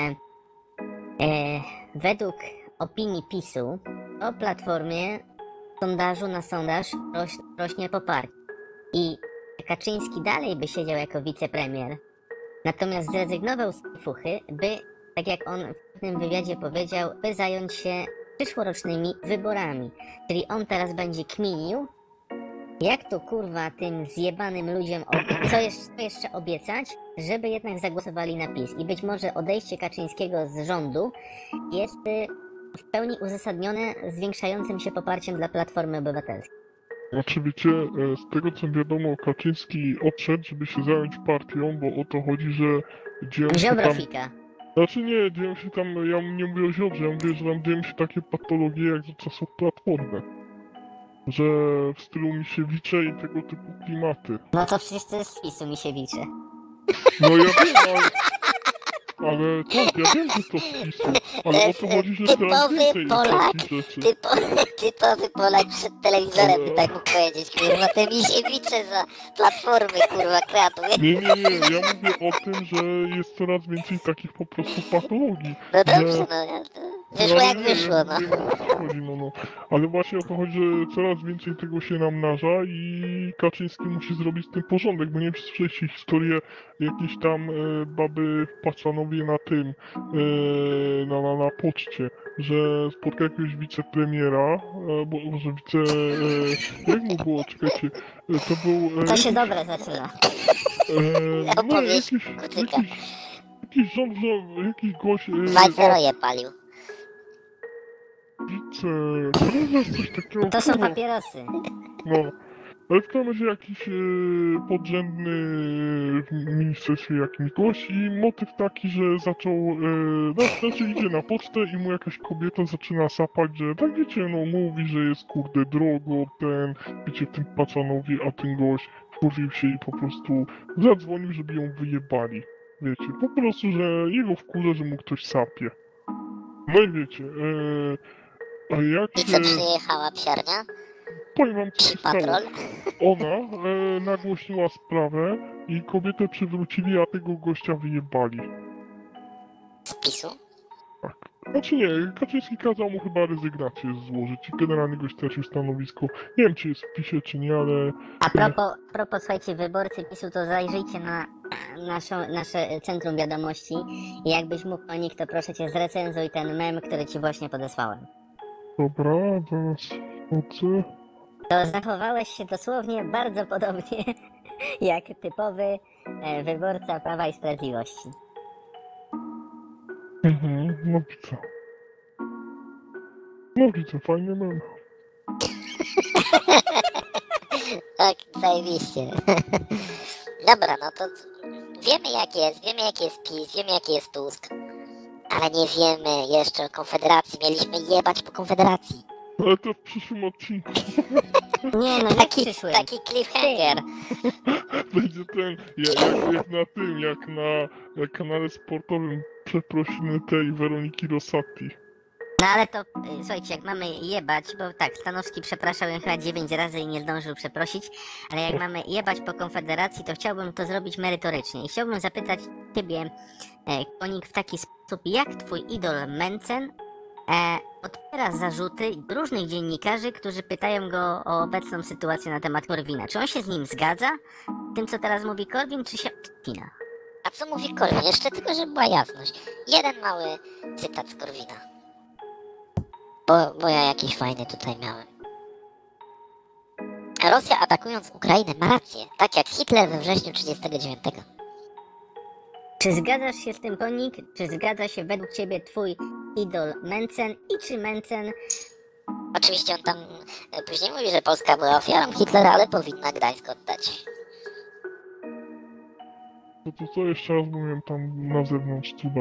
C: według opinii PiSu o Platformie sondażu na sondaż rośnie poparcie. I Kaczyński dalej by siedział jako wicepremier, natomiast zrezygnował z tej fuchy, by, tak jak on w pewnym wywiadzie powiedział, by zająć się przyszłorocznymi wyborami. Czyli on teraz będzie kminił, jak to kurwa tym zjebanym ludziom, co jeszcze obiecać, żeby jednak zagłosowali na PiS. I być może odejście Kaczyńskiego z rządu jest w pełni uzasadnione zwiększającym się poparciem dla Platformy Obywatelskiej.
B: Oczywiście z tego co wiadomo, Kaczyński odszedł, żeby się zająć partią, bo o to chodzi, że dzieją się
C: Ziobro
B: tam...
C: fika.
B: Znaczy nie, dzieją się tam, ja nie mówię o Ziobrze, ja mówię, że tam dzieją się takie patologie jak za czasów Platformy. Że w stylu Misiewicze i tego typu klimaty.
C: No to przecież to jest z PiSu, Misiewicze.
B: No ja wiem, ale tak, ja wiem, że to wpisu, ale o to chodzi, że coraz
A: Typowy
B: więcej jest
A: Polak.
B: takich rzeczy.
A: Typowy Polak przed telewizorem by tak mógł powiedzieć, kurwa, te misiewicze za platformy, kurwa, kreatów.
B: Nie, ja mówię o tym, że jest coraz więcej takich po prostu patologii.
A: No dobrze,
B: że-
A: wyszło jak
B: nie,
A: wyszło, no.
B: Nie, o to chodzi, no. Ale właśnie o to chodzi, że coraz więcej tego się namnaża i Kaczyński musi zrobić z tym porządek, bo nie wiem, czy słyszeliście historię jakiejś tam baby w Paczanowie na tym, na poczcie, że spotka jakiegoś wicepremiera, może jak mu było, czekajcie, to był...
C: To się dobre zaczyna.
B: no
A: Opowieść kucyka.
B: jakiś rząd, jakiś gość...
A: Wajceroje palił.
B: Wicepremier, coś takiego.
C: To są
B: kurwa.
C: papierosy.
B: No, ale w każdym razie jakiś podrzędny w ministerstwie jakimś gość i motyw taki, że zaczął, znaczy idzie na pocztę i mu jakaś kobieta zaczyna sapać, że tak wiecie, no mówi, że jest kurde drogo, wiecie, tym pacanowi, a ten gość wkurwił się i po prostu zadzwonił, żeby ją wyjebali. Wiecie, po prostu, że jego wkurza, że mu ktoś sapie. No i wiecie, a jak
A: I
B: się...
A: co przyjechała psiarnia?
B: Powiem wam, co się
A: Psi
B: stało.
A: patrol?
B: Ona nagłośniła sprawę i kobietę przywrócili, a tego gościa wyjebali.
A: Z PiSu?
B: Znaczy nie, Kaczyński kazał mu chyba rezygnację złożyć i generalnie gość stracił stanowisko. Nie wiem, czy jest w PiSie, czy nie, ale...
C: A propos, słuchajcie, wyborcy PiSu, to zajrzyjcie na nasze centrum wiadomości i jakbyś mógł, Monik, to proszę cię zrecenzuj ten mem, który ci właśnie podesłałem.
B: Dobra, zaraz chodzę.
C: To zachowałeś się dosłownie bardzo podobnie jak typowy wyborca Prawa i Sprawiedliwości.
B: No widzę. No widzę, fajny mem.
A: Tak, zajebiście. Dobra, no to wiemy jaki jest PiS, wiemy jaki jest Tusk. Ale nie wiemy jeszcze o Konfederacji. Mieliśmy jebać po Konfederacji.
B: Ale to w przyszłym odcinku
C: Nie no, nie przyszły.
A: Taki cliffhanger.
B: będzie ten, jak na tym, jak na kanale sportowym przeprosiny tej Weroniki Rosati.
C: No ale to, słuchajcie, jak mamy jebać, bo tak, Stanowski przepraszał ją chyba 9 razy i nie zdążył przeprosić, ale jak mamy jebać po Konfederacji, to chciałbym to zrobić merytorycznie. I chciałbym zapytać ciebie, Konik, w taki sposób, jak twój idol Mencen odpiera zarzuty różnych dziennikarzy, którzy pytają go o obecną sytuację na temat Korwina. Czy on się z nim zgadza, tym co teraz mówi Korwin, czy się odcina?
A: A co mówi Korwin? Jeszcze tylko, żeby była jasność. Jeden mały cytat z Korwina. Bo ja jakiś fajny tutaj miałem. Rosja atakując Ukrainę ma rację, tak jak Hitler we wrześniu 1939.
C: Czy zgadzasz się z tym, Konik? Czy zgadza się według ciebie twój idol Mencen i czy Mencen...
A: Oczywiście on tam później mówi, że Polska była ofiarą Hitlera, ale powinna Gdańsk oddać.
B: To co jeszcze raz mówiłem tam na zewnątrz cuda.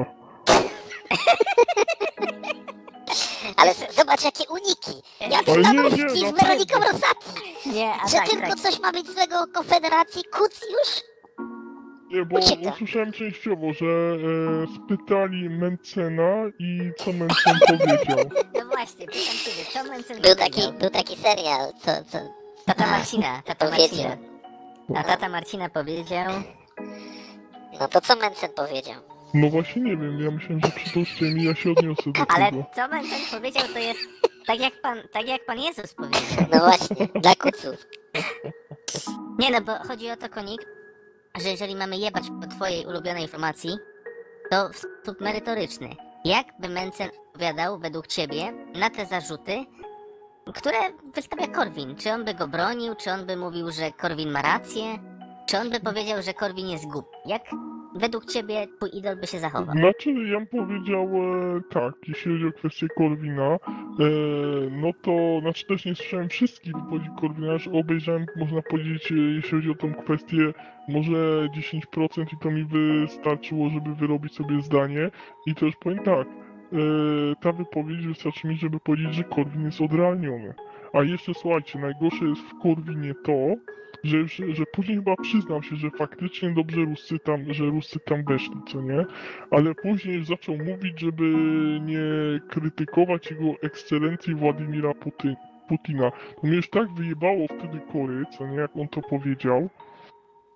A: Ale zobacz jakie uniki! Jak
B: Ale nie,
A: Stanowski
B: nie,
A: z
B: naprawdę.
A: Weroniką Rosati!
C: Nie, a
A: Że
C: tak,
A: tylko
C: tak.
A: coś ma być złego o Konfederacji, kuc już?
B: Nie, bo
A: Ucieka.
B: usłyszałem częściowo, że spytali Mencena i co Mencen powiedział.
C: No właśnie, pytam ciebie, co Mencen powiedział?
A: Był taki serial, co...
C: Tata Marcina.
A: Powiedział.
C: A tata Marcina powiedział...
A: No to co Mencen powiedział?
B: No właśnie nie wiem, ja myślałem, że przytoczcie mi, ja się odniosę do
C: Ale
B: tego.
C: co Mencen powiedział, to jest tak jak Pan Jezus powiedział.
A: No właśnie, dla kuców.
C: Nie no, bo chodzi o to, Konik, że jeżeli mamy jebać po twojej ulubionej informacji, to w sposób merytoryczny. Jak by Mencen odpowiadał według ciebie na te zarzuty, które wystawia Korwin? Czy on by go bronił? Czy on by mówił, że Korwin ma rację? Czy on by powiedział, że Korwin jest głupi? Jak według ciebie twój idol by się zachował?
B: Znaczy, ja bym powiedział tak, jeśli chodzi o kwestię Korwina, no to, znaczy też nie słyszałem wszystkich wypowiedzi Korwina, aż obejrzałem, można powiedzieć, jeśli chodzi o tą kwestię, może 10% i to mi wystarczyło, żeby wyrobić sobie zdanie. I też powiem tak, ta wypowiedź wystarczy mi, żeby powiedzieć, że Korwin jest odrealniony. A jeszcze słuchajcie, najgorsze jest w Korwinie to, że później chyba przyznał się, że faktycznie dobrze Ruscy tam weszli, co nie? Ale później już zaczął mówić, żeby nie krytykować jego ekscelencji Władimira Putina. To mnie już tak wyjebało wtedy kory, co nie? Jak on to powiedział.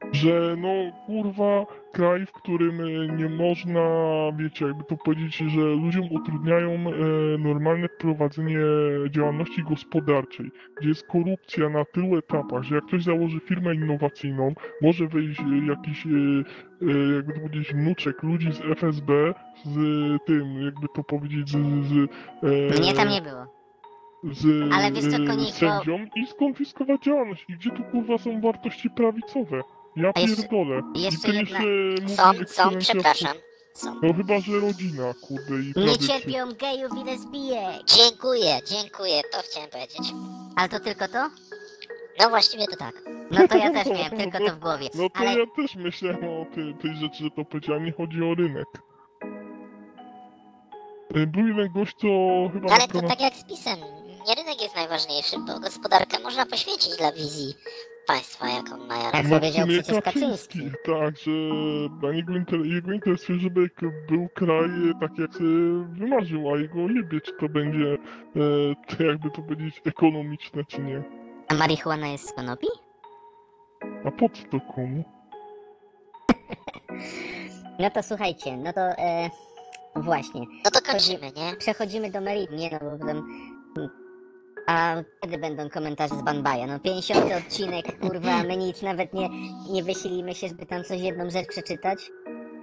B: że no kurwa, kraj, w którym nie można, wiecie, jakby to powiedzieć, że ludziom utrudniają normalne prowadzenie działalności gospodarczej, gdzie jest korupcja na tylu etapach, że jak ktoś założy firmę innowacyjną, może wyjść jakiś, jakby to powiedzieć, wnuczek ludzi z FSB, z tym, jakby to powiedzieć,
C: Mnie tam nie było.
B: z
C: Ale wiesz co, Konik, bo-
B: sędzią i skonfiskować działalność. I gdzie tu kurwa są wartości prawicowe? Ja
C: A jeszcze-
B: pierdolę.
C: jeszcze
B: I ty
C: jedna-
B: mówi
A: Są,
B: ekscelencja
A: przepraszam. Są.
B: No chyba, że rodzina, kurde, i
C: Nie
B: tradycje.
C: cierpią gejów i lesbijek.
A: Dziękuję, to chciałem powiedzieć.
C: Ale to tylko to?
A: No właściwie to tak.
C: No to ja też miałem tylko to w głowie.
B: No to
C: Ale
B: ja też myślałem o tej rzeczy, że to powiedziałem, nie chodzi o rynek. Był jeden gość, co chyba...
A: Ale
B: na
A: to
B: kanał-
A: tak jak z PiS-em. Nie rynek jest najważniejszy, bo gospodarkę można poświęcić dla wizji państwa, jaką ma
C: Tak
A: Jarek.
B: No,
C: powiedział
B: w sumie
C: przecież Kaczyński.
B: Tak, że dla niego jego interesuje, żeby był kraj tak jak sobie wymarzył, a jego jebie, czy to będzie, to jakby to powiedzieć, ekonomiczne, czy nie.
C: A marihuana jest z konopi?
B: A po co to komu?
C: No to słuchajcie, no to właśnie.
A: No to kończymy, nie?
C: Przechodzimy do meritum, nie no bo potem... A kiedy będą komentarze z Banbaja? No 50 odcinek, kurwa, a my nic nawet nie wysilimy się, żeby tam coś jedną rzecz przeczytać.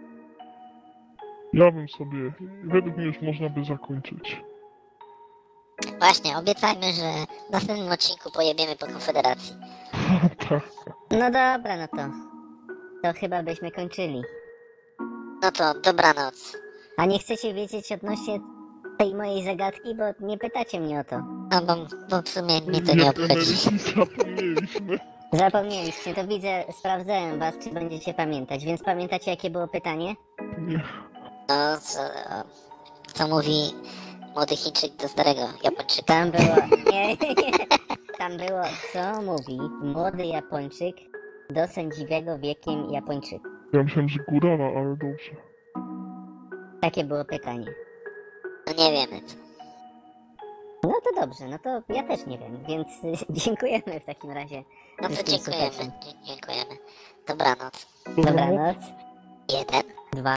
B: Ja bym sobie, według mnie już można by zakończyć.
A: Właśnie, obiecajmy, że w następnym odcinku pojebiemy po Konfederacji.
B: Tak.
C: No dobra, no to chyba byśmy kończyli.
A: No to dobranoc.
C: A nie chcecie wiedzieć odnośnie tej mojej zagadki, bo nie pytacie mnie o to.
A: No bo w sumie mnie to nie
B: Jak
A: obchodzi.
B: emeryci zapomnieliśmy.
C: Zapomnieliście, to widzę, sprawdzałem was, czy będziecie pamiętać, więc pamiętacie jakie było pytanie?
B: Nie.
A: No, co mówi młody Chińczyk do starego Japończyka.
C: Tam było, nie, tam było, co mówi młody Japończyk do sędziwego wiekiem Japończyka.
B: Ja myślałem, że górala, ale dobrze.
C: Takie było pytanie.
A: No nie wiemy co.
C: No to dobrze, no to ja też nie wiem, więc dziękujemy w takim razie.
A: No to
C: wszystkim
A: dziękujemy.
C: słuchaczom.
A: Dziękujemy. Dobranoc.
C: Dobranoc.
A: 1.
C: 2.